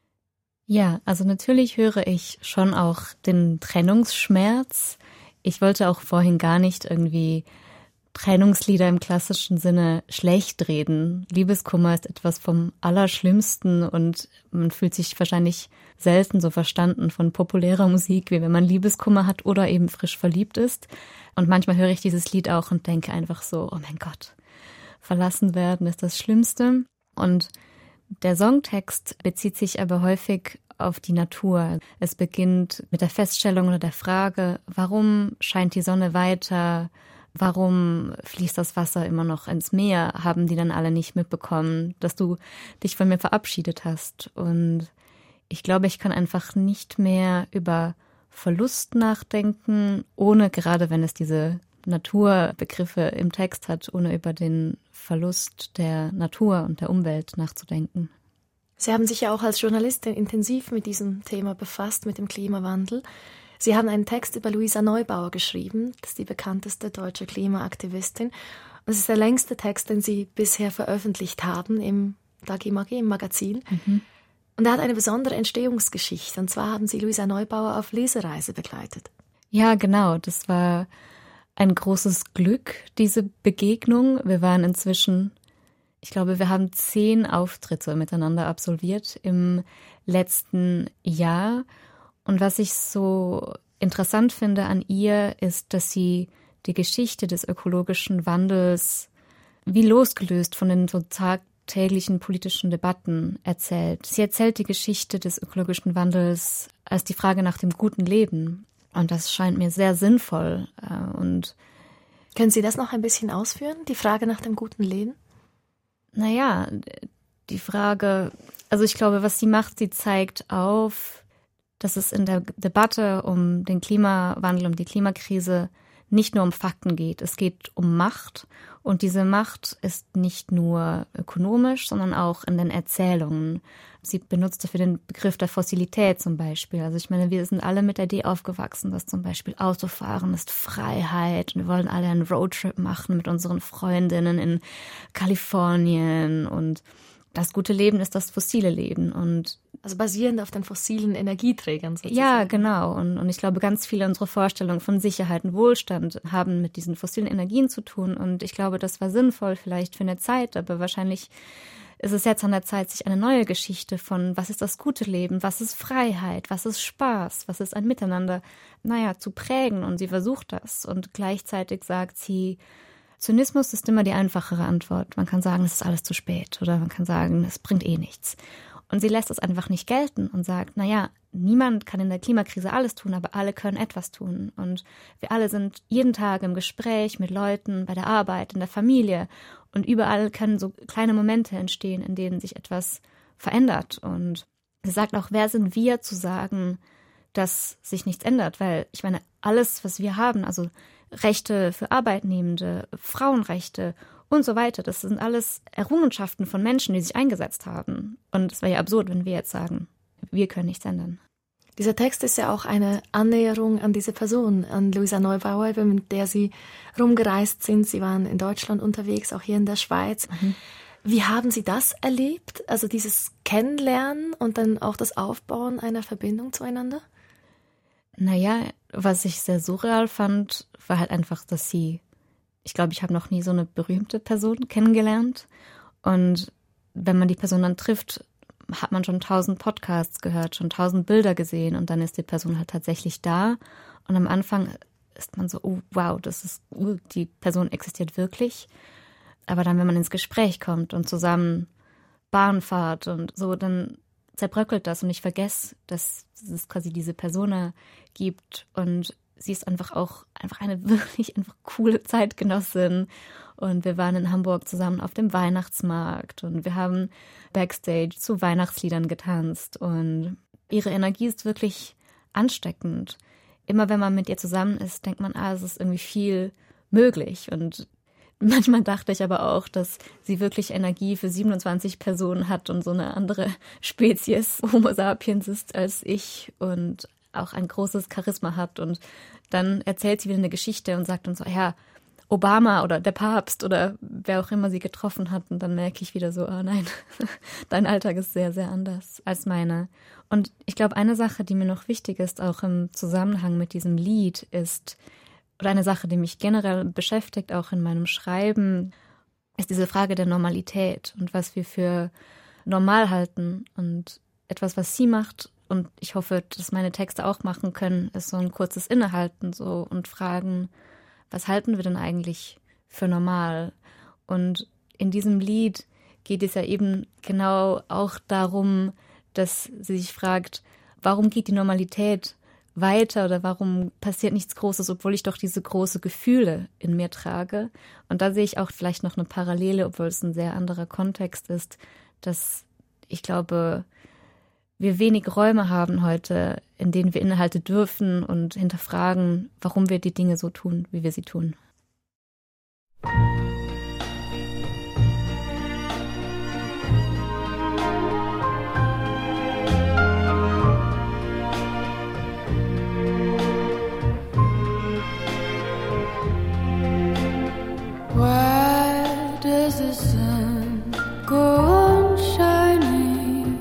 Ja, also natürlich höre ich schon auch den Trennungsschmerz. Ich wollte auch vorhin gar nicht irgendwie Trennungslieder im klassischen Sinne schlecht reden. Liebeskummer ist etwas vom Allerschlimmsten und man fühlt sich wahrscheinlich selten so verstanden von populärer Musik, wie wenn man Liebeskummer hat oder eben frisch verliebt ist. Und manchmal höre ich dieses Lied auch und denke einfach so, oh mein Gott, verlassen werden ist das Schlimmste. Und der Songtext bezieht sich aber häufig auf die Natur. Es beginnt mit der Feststellung oder der Frage, warum scheint die Sonne weiter? Warum fließt das Wasser immer noch ins Meer? Haben die dann alle nicht mitbekommen, dass du dich von mir verabschiedet hast? Und ich glaube, ich kann einfach nicht mehr über Verlust nachdenken, ohne, gerade wenn es diese Naturbegriffe im Text hat, ohne über den Verlust der Natur und der Umwelt nachzudenken. Sie haben sich ja auch als Journalistin intensiv mit diesem Thema befasst, mit dem Klimawandel. Sie haben einen Text über Luisa Neubauer geschrieben, das ist die bekannteste deutsche Klimaaktivistin. Das ist der längste Text, den Sie bisher veröffentlicht haben im Dagi-Magi, im Magazin. Mhm. Und er hat eine besondere Entstehungsgeschichte. Und zwar haben Sie Luisa Neubauer auf Lesereise begleitet. Ja, genau. Das war ein großes Glück, diese Begegnung. Wir waren inzwischen, ich glaube, wir haben zehn Auftritte miteinander absolviert im letzten Jahr. Und was ich so interessant finde an ihr, ist, dass sie die Geschichte des ökologischen Wandels wie losgelöst von den so tagtäglichen politischen Debatten erzählt. Sie erzählt die Geschichte des ökologischen Wandels als die Frage nach dem guten Leben. Und das scheint mir sehr sinnvoll. Und können Sie das noch ein bisschen ausführen, die Frage nach dem guten Leben? Naja, die Frage, also ich glaube, was sie macht, sie zeigt auf, dass es in der Debatte um den Klimawandel, um die Klimakrise nicht nur um Fakten geht. Es geht um Macht. Und diese Macht ist nicht nur ökonomisch, sondern auch in den Erzählungen. Sie benutzt dafür den Begriff der Fossilität zum Beispiel. Also ich meine, wir sind alle mit der Idee aufgewachsen, dass zum Beispiel Autofahren ist Freiheit. Und wir wollen alle einen Roadtrip machen mit unseren Freundinnen in Kalifornien. Und das gute Leben ist das fossile Leben. Und also basierend auf den fossilen Energieträgern sozusagen. Ja, genau. Und, und ich glaube, ganz viele unserer Vorstellungen von Sicherheit und Wohlstand haben mit diesen fossilen Energien zu tun. Und ich glaube, das war sinnvoll vielleicht für eine Zeit, aber wahrscheinlich ist es jetzt an der Zeit, sich eine neue Geschichte von was ist das gute Leben, was ist Freiheit, was ist Spaß, was ist ein Miteinander, naja, zu prägen. Und sie versucht das. Und gleichzeitig sagt sie, Zynismus ist immer die einfachere Antwort. Man kann sagen, es ist alles zu spät oder man kann sagen, es bringt eh nichts. Und sie lässt es einfach nicht gelten und sagt, naja, niemand kann in der Klimakrise alles tun, aber alle können etwas tun. Und wir alle sind jeden Tag im Gespräch mit Leuten, bei der Arbeit, in der Familie. Und überall können so kleine Momente entstehen, in denen sich etwas verändert. Und sie sagt auch, wer sind wir zu sagen, dass sich nichts ändert? Weil ich meine, alles, was wir haben, also Rechte für Arbeitnehmende, Frauenrechte und so weiter, das sind alles Errungenschaften von Menschen, die sich eingesetzt haben. Und es wäre ja absurd, wenn wir jetzt sagen, wir können nichts ändern. Dieser Text ist ja auch eine Annäherung an diese Person, an Luisa Neubauer, mit der Sie rumgereist sind. Sie waren in Deutschland unterwegs, auch hier in der Schweiz. Mhm. Wie haben Sie das erlebt? Also dieses Kennenlernen und dann auch das Aufbauen einer Verbindung zueinander? Naja, was ich sehr surreal fand, war halt einfach, dass sie, ich glaube, ich habe noch nie so eine berühmte Person kennengelernt. Und wenn man die Person dann trifft, hat man schon tausend Podcasts gehört, schon tausend Bilder gesehen und dann ist die Person halt tatsächlich da. Und am Anfang ist man so, oh wow, das ist, uh, die Person existiert wirklich. Aber dann, wenn man ins Gespräch kommt und zusammen Bahn fahrt und so, dann zerbröckelt das und ich vergesse, dass es quasi diese Persona gibt und sie ist einfach auch einfach eine wirklich einfach coole Zeitgenossin. Und wir waren in Hamburg zusammen auf dem Weihnachtsmarkt und wir haben Backstage zu Weihnachtsliedern getanzt und ihre Energie ist wirklich ansteckend. Immer wenn man mit ihr zusammen ist, denkt man, ah, es ist irgendwie viel möglich. Und manchmal dachte ich aber auch, dass sie wirklich Energie für siebenundzwanzig Personen hat und so eine andere Spezies Homo sapiens ist als ich und auch ein großes Charisma hat. Und dann erzählt sie wieder eine Geschichte und sagt uns so, ja, Obama oder der Papst oder wer auch immer sie getroffen hat. Und dann merke ich wieder so, oh nein, dein Alltag ist sehr, sehr anders als meiner. Und ich glaube, eine Sache, die mir noch wichtig ist, auch im Zusammenhang mit diesem Lied, ist, oder eine Sache, die mich generell beschäftigt, auch in meinem Schreiben, ist diese Frage der Normalität und was wir für normal halten. Und etwas, was sie macht, und ich hoffe, dass meine Texte auch machen können, ist so ein kurzes Innehalten so und fragen, was halten wir denn eigentlich für normal? Und in diesem Lied geht es ja eben genau auch darum, dass sie sich fragt, warum geht die Normalität weiter oder warum passiert nichts Großes, obwohl ich doch diese großen Gefühle in mir trage. Und da sehe ich auch vielleicht noch eine Parallele, obwohl es ein sehr anderer Kontext ist, dass ich glaube, wir wenig Räume haben heute, in denen wir innehalten dürfen und hinterfragen, warum wir die Dinge so tun, wie wir sie tun. Why does the sun go on shining?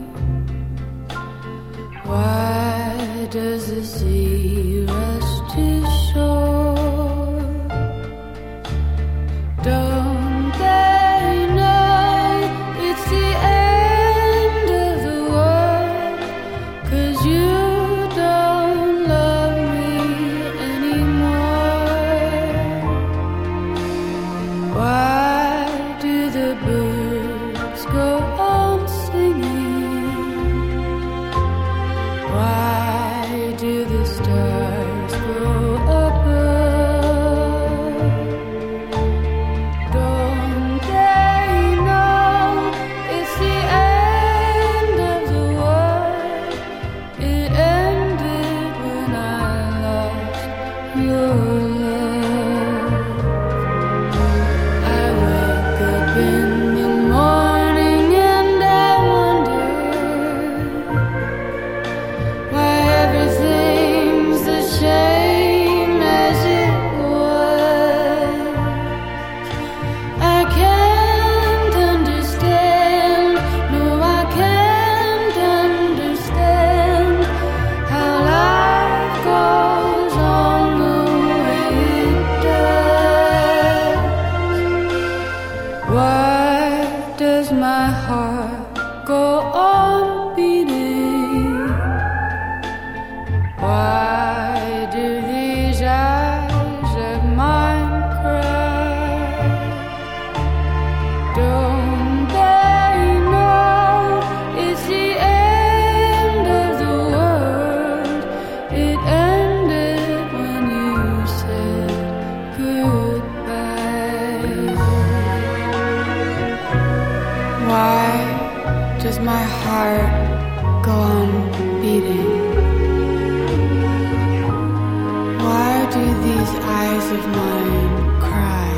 Why does the sea rush to shore? Don't they know it's the end of the world? 'Cause you don't love me anymore. Why do the birds go on singing? Why do the stars go above? Don't they know it's the end of the world? It ended when I lost your love. I wake up in the morning and I wonder why everything's the same as it was. I can't understand, no I can't understand how life goes on the way it does. Why does my heart go on beating? Why do these eyes of mine cry? Don't they know it's the end of the world? It ended when you said goodbye. Why does my heart go on beating? Why do these eyes of mine cry?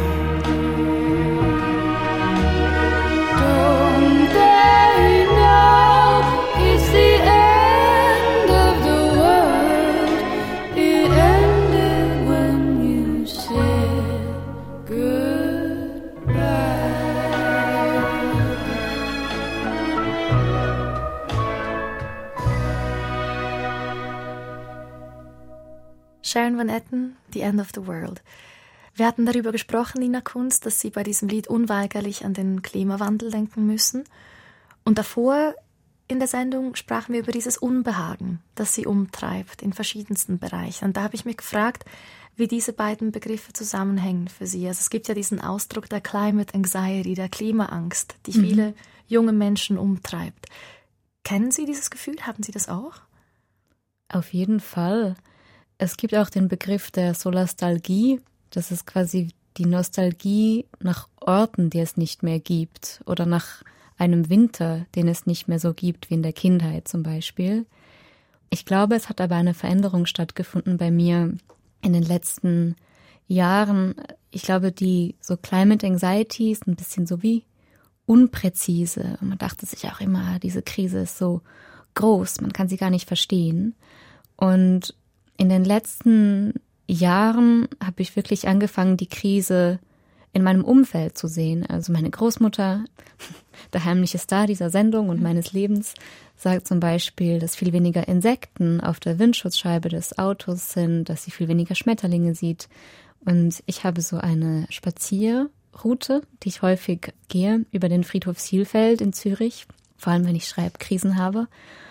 Don't they know it's the end of the world? Sharon Van Etten, The End of the World. Wir hatten darüber gesprochen, Nina Kunz, dass Sie bei diesem Lied unweigerlich an den Klimawandel denken müssen. Und davor in der Sendung sprachen wir über dieses Unbehagen, das Sie umtreibt in verschiedensten Bereichen. Und da habe ich mich gefragt, wie diese beiden Begriffe zusammenhängen für Sie. Also es gibt ja diesen Ausdruck der Climate Anxiety, der Klimaangst, die viele mhm. junge Menschen umtreibt. Kennen Sie dieses Gefühl? Haben Sie das auch? Auf jeden Fall. Es gibt auch den Begriff der Solastalgie. Das ist quasi die Nostalgie nach Orten, die es nicht mehr gibt, oder nach einem Winter, den es nicht mehr so gibt wie in der Kindheit zum Beispiel. Ich glaube, es hat aber eine Veränderung stattgefunden bei mir in den letzten Jahren. Ich glaube, die so Climate Anxiety ist ein bisschen so wie unpräzise. Und man dachte sich auch immer, diese Krise ist so groß, man kann sie gar nicht verstehen. Und in den letzten Jahren habe ich wirklich angefangen, die Krise in meinem Umfeld zu sehen. Also meine Großmutter, der heimliche Star dieser Sendung und meines Lebens, sagt zum Beispiel, dass viel weniger Insekten auf der Windschutzscheibe des Autos sind, dass sie viel weniger Schmetterlinge sieht. Und ich habe so eine Spazierroute, die ich häufig gehe, über den Friedhof Sielfeld in Zürich, vor allem wenn ich Schreibkrisen habe.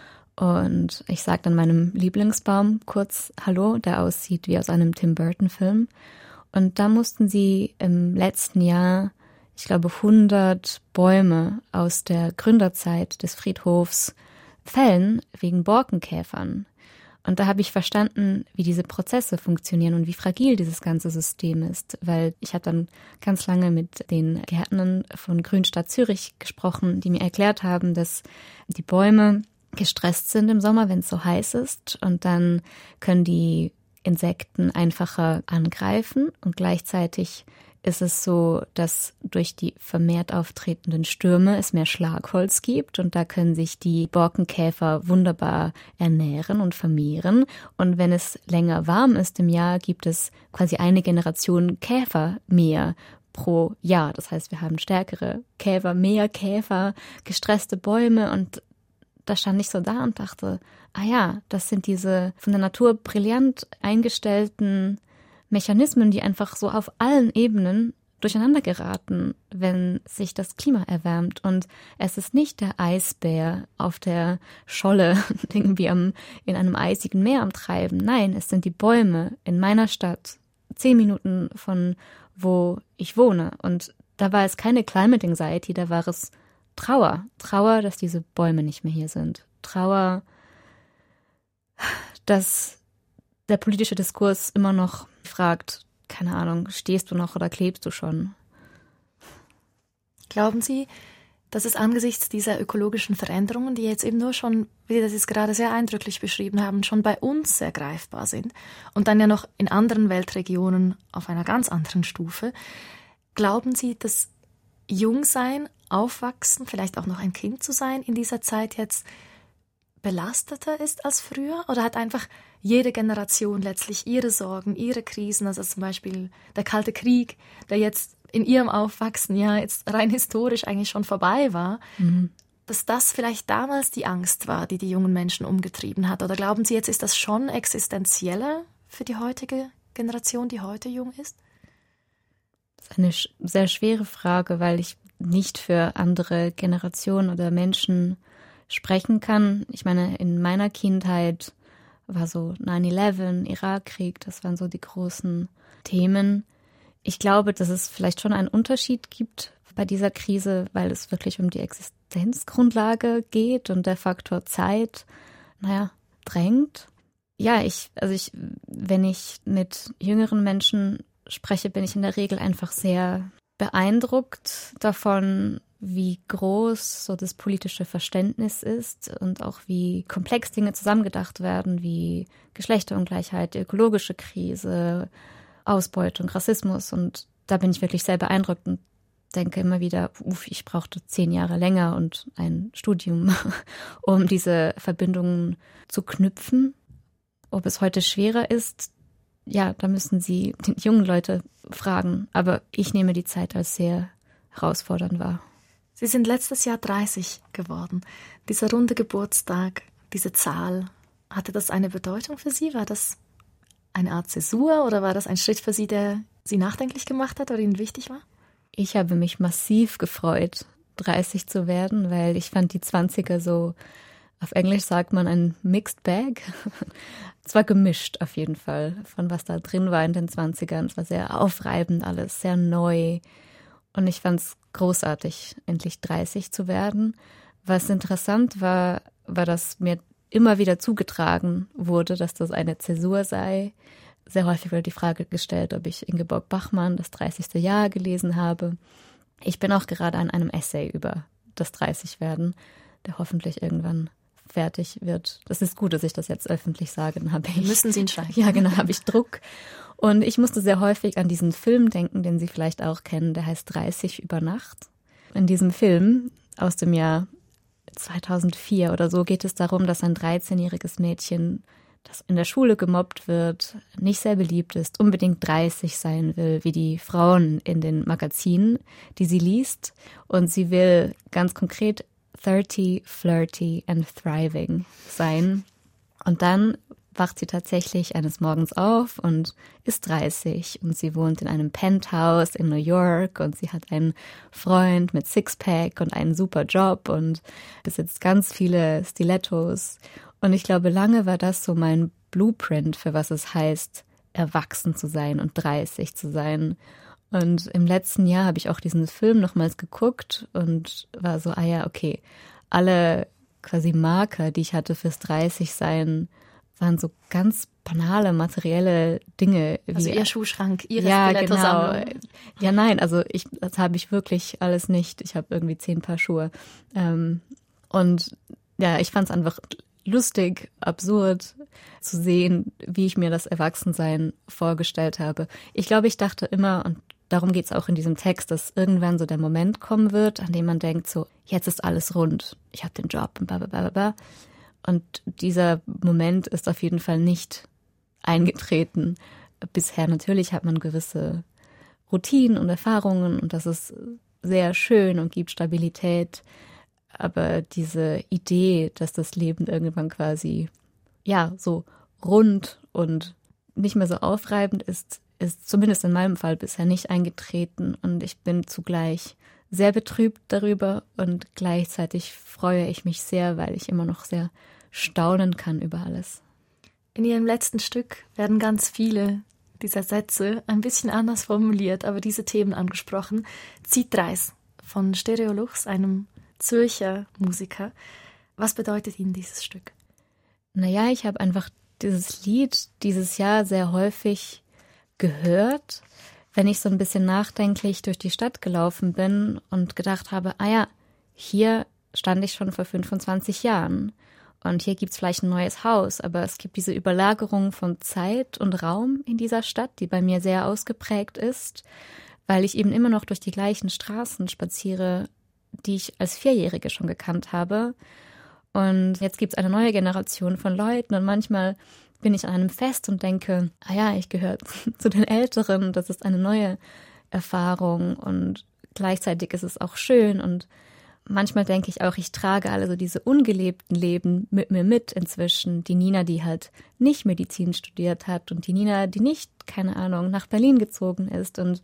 Und ich sage dann meinem Lieblingsbaum kurz Hallo, der aussieht wie aus einem Tim Burton-Film. Und da mussten sie im letzten Jahr, ich glaube, hundert Bäume aus der Gründerzeit des Friedhofs fällen wegen Borkenkäfern. Und da habe ich verstanden, wie diese Prozesse funktionieren und wie fragil dieses ganze System ist. Weil ich habe dann ganz lange mit den Gärtnern von Grünstadt Zürich gesprochen, die mir erklärt haben, dass die Bäume gestresst sind im Sommer, wenn es so heiß ist, und dann können die Insekten einfacher angreifen, und gleichzeitig ist es so, dass durch die vermehrt auftretenden Stürme es mehr Schlagholz gibt, und da können sich die Borkenkäfer wunderbar ernähren und vermehren, und wenn es länger warm ist im Jahr, gibt es quasi eine Generation Käfer mehr pro Jahr. Das heißt, wir haben stärkere Käfer, mehr Käfer, gestresste Bäume, und da stand ich so da und dachte, ah ja, das sind diese von der Natur brillant eingestellten Mechanismen, die einfach so auf allen Ebenen durcheinander geraten, wenn sich das Klima erwärmt. Und es ist nicht der Eisbär auf der Scholle irgendwie am, in einem eisigen Meer am Treiben. Nein, es sind die Bäume in meiner Stadt, zehn Minuten von wo ich wohne. Und da war es keine Climate Anxiety, da war es Trauer. Trauer, dass diese Bäume nicht mehr hier sind. Trauer, dass der politische Diskurs immer noch fragt, keine Ahnung, stehst du noch oder klebst du schon? Glauben Sie, dass es angesichts dieser ökologischen Veränderungen, die jetzt eben nur schon, wie Sie das gerade sehr eindrücklich beschrieben haben, schon bei uns sehr greifbar sind und dann ja noch in anderen Weltregionen auf einer ganz anderen Stufe, glauben Sie, dass Jungsein, Aufwachsen, vielleicht auch noch ein Kind zu sein, in dieser Zeit jetzt belasteter ist als früher? Oder hat einfach jede Generation letztlich ihre Sorgen, ihre Krisen, also zum Beispiel der Kalte Krieg, der jetzt in ihrem Aufwachsen ja jetzt rein historisch eigentlich schon vorbei war, mhm. dass das vielleicht damals die Angst war, die die jungen Menschen umgetrieben hat? Oder glauben Sie, jetzt ist das schon existenzieller für die heutige Generation, die heute jung ist? Das ist eine sehr schwere Frage, weil ich nicht für andere Generationen oder Menschen sprechen kann. Ich meine, in meiner Kindheit war so nine eleven, Irakkrieg, das waren so die großen Themen. Ich glaube, dass es vielleicht schon einen Unterschied gibt bei dieser Krise, weil es wirklich um die Existenzgrundlage geht und der Faktor Zeit, naja, drängt. Ja, ich, also ich, wenn ich mit jüngeren Menschen spreche, bin ich in der Regel einfach sehr beeindruckt davon, wie groß so das politische Verständnis ist und auch wie komplex Dinge zusammengedacht werden, wie Geschlechterungleichheit, ökologische Krise, Ausbeutung, Rassismus. Und da bin ich wirklich sehr beeindruckt und denke immer wieder, uff, ich brauchte zehn Jahre länger und ein Studium, um diese Verbindungen zu knüpfen. Ob es heute schwerer ist, ja, da müssen Sie die jungen Leute fragen. Aber ich nehme die Zeit als sehr herausfordernd wahr. Sie sind letztes Jahr dreißig geworden. Dieser runde Geburtstag, diese Zahl, hatte das eine Bedeutung für Sie? War das eine Art Zäsur oder war das ein Schritt für Sie, der Sie nachdenklich gemacht hat oder Ihnen wichtig war? Ich habe mich massiv gefreut, dreißig zu werden, weil ich fand die zwanziger so, auf Englisch sagt man ein Mixed Bag. Es war gemischt auf jeden Fall, von was da drin war in den zwanzigern. Es war sehr aufreibend alles, sehr neu. Und ich fand es großartig, endlich dreißig zu werden. Was interessant war, war, dass mir immer wieder zugetragen wurde, dass das eine Zäsur sei. Sehr häufig wurde die Frage gestellt, ob ich Ingeborg Bachmann das dreißigste Jahr gelesen habe. Ich bin auch gerade an einem Essay über das dreißig-Werden, der hoffentlich irgendwann fertig wird. Das ist gut, dass ich das jetzt öffentlich sage. Dann habe ich, Müssen Sie ihn schreiben. Ja, genau, habe ich Druck. Und ich musste sehr häufig an diesen Film denken, den Sie vielleicht auch kennen, der heißt dreißig über Nacht. In diesem Film aus dem Jahr zweitausendvier oder so geht es darum, dass ein dreizehnjähriges Mädchen, das in der Schule gemobbt wird, nicht sehr beliebt ist, unbedingt dreißig sein will, wie die Frauen in den Magazinen, die sie liest. Und sie will ganz konkret thirty, flirty and thriving sein. Und dann wacht sie tatsächlich eines Morgens auf und ist dreißig und sie wohnt in einem Penthouse in New York und sie hat einen Freund mit Sixpack und einen super Job und besitzt ganz viele Stilettos. Und ich glaube, lange war das so mein Blueprint, für was es heißt, erwachsen zu sein und dreißig zu sein. Und im letzten Jahr habe ich auch diesen Film nochmals geguckt und war so, ah ja, okay, alle quasi Marker, die ich hatte fürs dreißig-Sein, waren so ganz banale, materielle Dinge. Wie, also Ihr Schuhschrank, Ihre ja, Stiletto-Sammlung. genau. Ja, nein, also ich, das habe ich wirklich alles nicht. Ich habe irgendwie zehn Paar Schuhe. Ähm, und ja, ich fand es einfach lustig, absurd zu sehen, wie ich mir das Erwachsensein vorgestellt habe. Ich glaube, ich dachte immer, und darum geht es auch in diesem Text, dass irgendwann so der Moment kommen wird, an dem man denkt so, jetzt ist alles rund, ich habe den Job und bla bla bla bla. Und dieser Moment ist auf jeden Fall nicht eingetreten. Bisher natürlich hat man gewisse Routinen und Erfahrungen und das ist sehr schön und gibt Stabilität. Aber diese Idee, dass das Leben irgendwann quasi, ja, so rund und nicht mehr so aufreibend ist, ist zumindest in meinem Fall bisher nicht eingetreten. Und ich bin zugleich sehr betrübt darüber und gleichzeitig freue ich mich sehr, weil ich immer noch sehr staunen kann über alles. In Ihrem letzten Stück werden ganz viele dieser Sätze ein bisschen anders formuliert, aber diese Themen angesprochen. Zeitreise von Stereolux, einem Zürcher Musiker. Was bedeutet Ihnen dieses Stück? Naja, ich habe einfach dieses Lied dieses Jahr sehr häufig gehört, wenn ich so ein bisschen nachdenklich durch die Stadt gelaufen bin und gedacht habe, ah ja, hier stand ich schon vor fünfundzwanzig Jahren und hier gibt's vielleicht ein neues Haus, aber es gibt diese Überlagerung von Zeit und Raum in dieser Stadt, die bei mir sehr ausgeprägt ist, weil ich eben immer noch durch die gleichen Straßen spaziere, die ich als Vierjährige schon gekannt habe. Und jetzt gibt's eine neue Generation von Leuten und manchmal bin ich an einem Fest und denke, ah ja, ich gehöre zu den Älteren, das ist eine neue Erfahrung und gleichzeitig ist es auch schön und manchmal denke ich auch, ich trage alle so diese ungelebten Leben mit mir mit inzwischen. Die Nina, die halt nicht Medizin studiert hat und die Nina, die nicht, keine Ahnung, nach Berlin gezogen ist und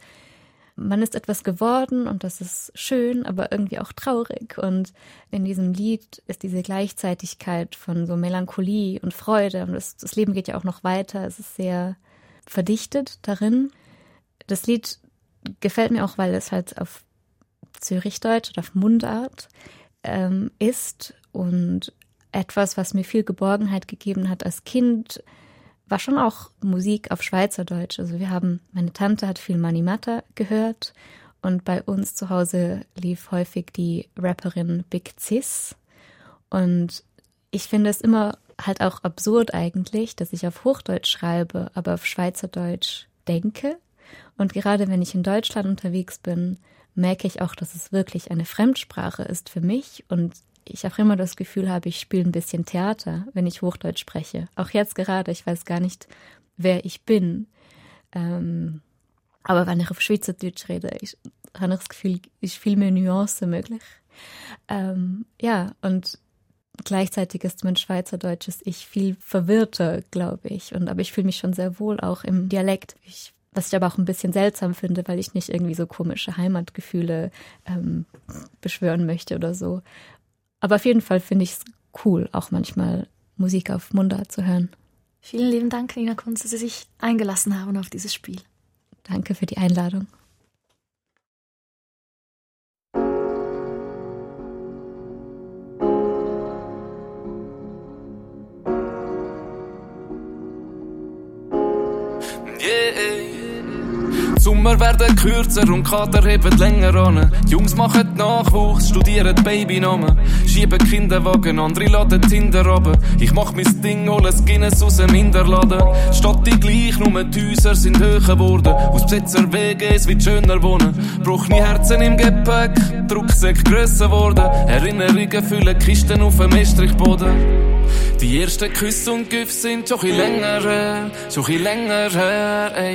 man ist etwas geworden und das ist schön, aber irgendwie auch traurig. Und in diesem Lied ist diese Gleichzeitigkeit von so Melancholie und Freude und das, das Leben geht ja auch noch weiter. Es ist sehr verdichtet darin. Das Lied gefällt mir auch, weil es halt auf Zürichdeutsch oder auf Mundart ähm, ist und etwas, was mir viel Geborgenheit gegeben hat als Kind, war schon auch Musik auf Schweizerdeutsch. Also wir haben, meine Tante hat viel Mani Mata gehört und bei uns zu Hause lief häufig die Rapperin Big Sis. Und ich finde es immer halt auch absurd eigentlich, dass ich auf Hochdeutsch schreibe, aber auf Schweizerdeutsch denke. Und gerade wenn ich in Deutschland unterwegs bin, merke ich auch, dass es wirklich eine Fremdsprache ist für mich und ich auch immer das Gefühl habe, ich spiele ein bisschen Theater, wenn ich Hochdeutsch spreche. Auch jetzt gerade, ich weiß gar nicht, wer ich bin. Ähm, aber wenn ich auf Schweizerdeutsch rede, ich, habe ich das Gefühl, ist viel mehr Nuance möglich. Ähm, ja, und gleichzeitig ist mein schweizerdeutsches Ich viel verwirrter, glaube ich. Und, aber ich fühle mich schon sehr wohl auch im Dialekt. Ich, was ich aber auch ein bisschen seltsam finde, weil ich nicht irgendwie so komische Heimatgefühle ähm, beschwören möchte oder so. Aber auf jeden Fall finde ich es cool, auch manchmal Musik auf Mundart zu hören. Vielen lieben Dank, Nina Kunz, dass Sie sich eingelassen haben auf dieses Spiel. Danke für die Einladung. Die Sommer werden kürzer und die Kater heben länger an. Die Jungs machen Nachwuchs, studieren Babynamen, schieben Kinderwagen, andere laden Tinder runter. Ich mach mein Ding, hole Guinness aus dem Hinterladen. Die Stadt die gleich, nur die Häuser sind höher geworden. Aus Besitzer W Gs wird schöner wohnen. Brochene Herzen im Gepäck, die Rucksäcke grösser geworden. Erinnerungen füllen Kisten auf dem Estrichboden. Die ersten Küsse und Güsse sind schon ein länger her, schon ein länger her, ey.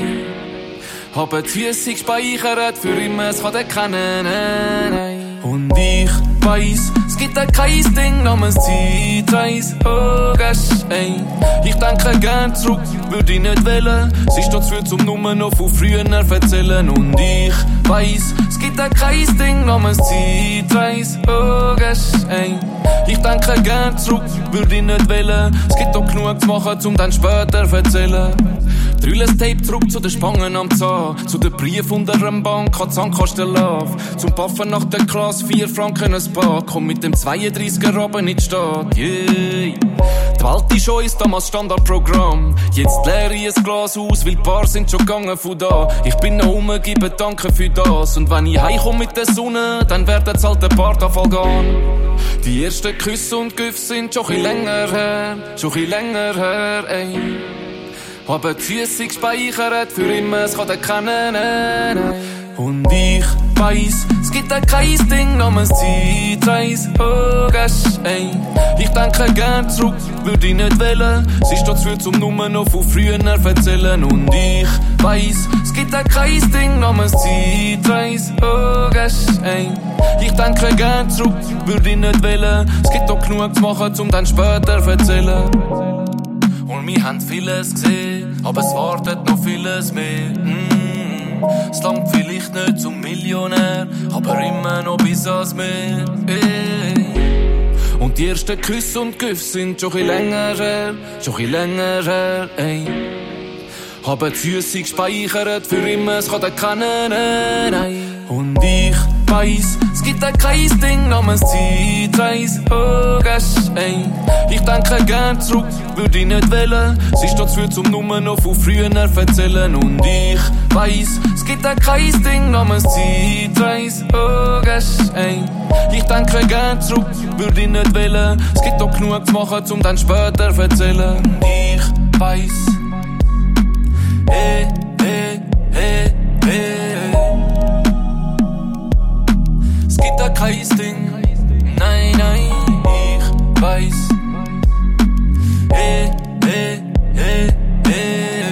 Haben die Füsse gespeichert, für immer, es kann den kennen, ey. Und ich weiss, es gibt auch kein Ding namens Zeitreise, oh gosh, ey. Ich denke gern zurück, würde ich nicht wählen. Es ist noch zu viel, um nur noch von früher erzählen. Und ich weiss, es gibt auch kein Ding namens Zeitreise, oh gosh, ey. Ich denke gern zurück, würde ich nicht wählen. Es gibt doch genug zu machen, um dann später erzählen. Drülles Tape zurück zu den Spangen am Zahn, zu den Brief unter der Bank, an Zahnkasten Love. Zum Paffen nach der Klasse, vier Franken ein Bad. Komm mit dem zweiunddreißiger runter in die Stadt, yeah. Die Welt ist uns damals Standardprogramm. Jetzt leere ich ein Glas aus, weil die Bar sind schon gegangen von da. Ich bin noch umgegeben, danke für das. Und wenn ich heimkomme mit der Sonne, dann werden halt ein paar Tage gehen. Die ersten Küsse und Güsse sind schon ein länger her, schon ein länger her, ey. Haben die Füsse gespeichert, für immer, es kann den kennen, ey. Und ich weiss, es gibt auch kein Ding namens Zeitreise, oh gosh, ey. Ich denke gern zurück, würde ich nicht wählen. Es ist doch zu viel, um nur noch von früher erzählen. Und ich weiss, es gibt auch kein Ding namens Zeitreise, oh gosh, ey. Ich denke gern zurück, würde ich nicht wählen. Es gibt doch genug zu machen, um dann später erzählen. Und wir haben vieles gesehen, aber es wartet noch vieles mehr. Mm. Es langt vielleicht nicht zum Millionär, aber immer noch bis ans Meer. Ey. Und die ersten Küsse und Güsse sind schon ein länger her, schon ein länger her, ey. Haben die Füsse gespeichert, für immer, es kann den kennen, ey. Und ich weiss, es gibt auch kein Ding namens Zeitreise, oh gosh, ey. Ich denke gern zurück, würde ich nicht wählen. Es ist doch zu viel, um nur noch von früher erzählen. Und ich weiss, es gibt auch kein Ding namens Zeitreise, oh gosh, ey. Ich denke gern zurück, würde ich nicht wählen. Es gibt doch genug zu machen, um dann später erzählen. Und ich weiss, hey, hey, hey, hey. Es gibt da kein Ding, nein, nein, ich weiß. Hey, hey, hey, hey.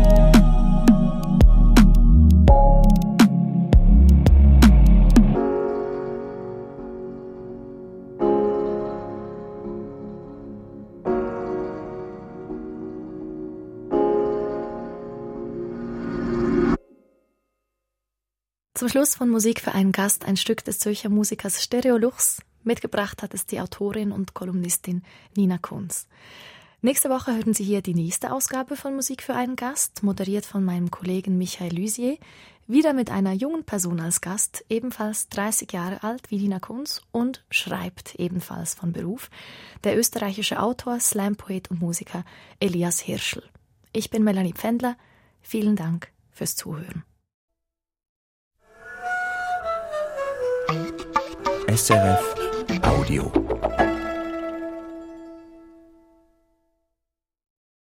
Zum Schluss von Musik für einen Gast ein Stück des Zürcher Musikers Stereo Luchs. Mitgebracht hat es die Autorin und Kolumnistin Nina Kunz. Nächste Woche hören Sie hier die nächste Ausgabe von Musik für einen Gast, moderiert von meinem Kollegen Michael Lusier. Wieder mit einer jungen Person als Gast, ebenfalls dreißig Jahre alt wie Nina Kunz und schreibt ebenfalls von Beruf, der österreichische Autor, Slam-Poet und Musiker Elias Hirschl. Ich bin Melanie Pfändler. Vielen Dank fürs Zuhören. S R F Audio.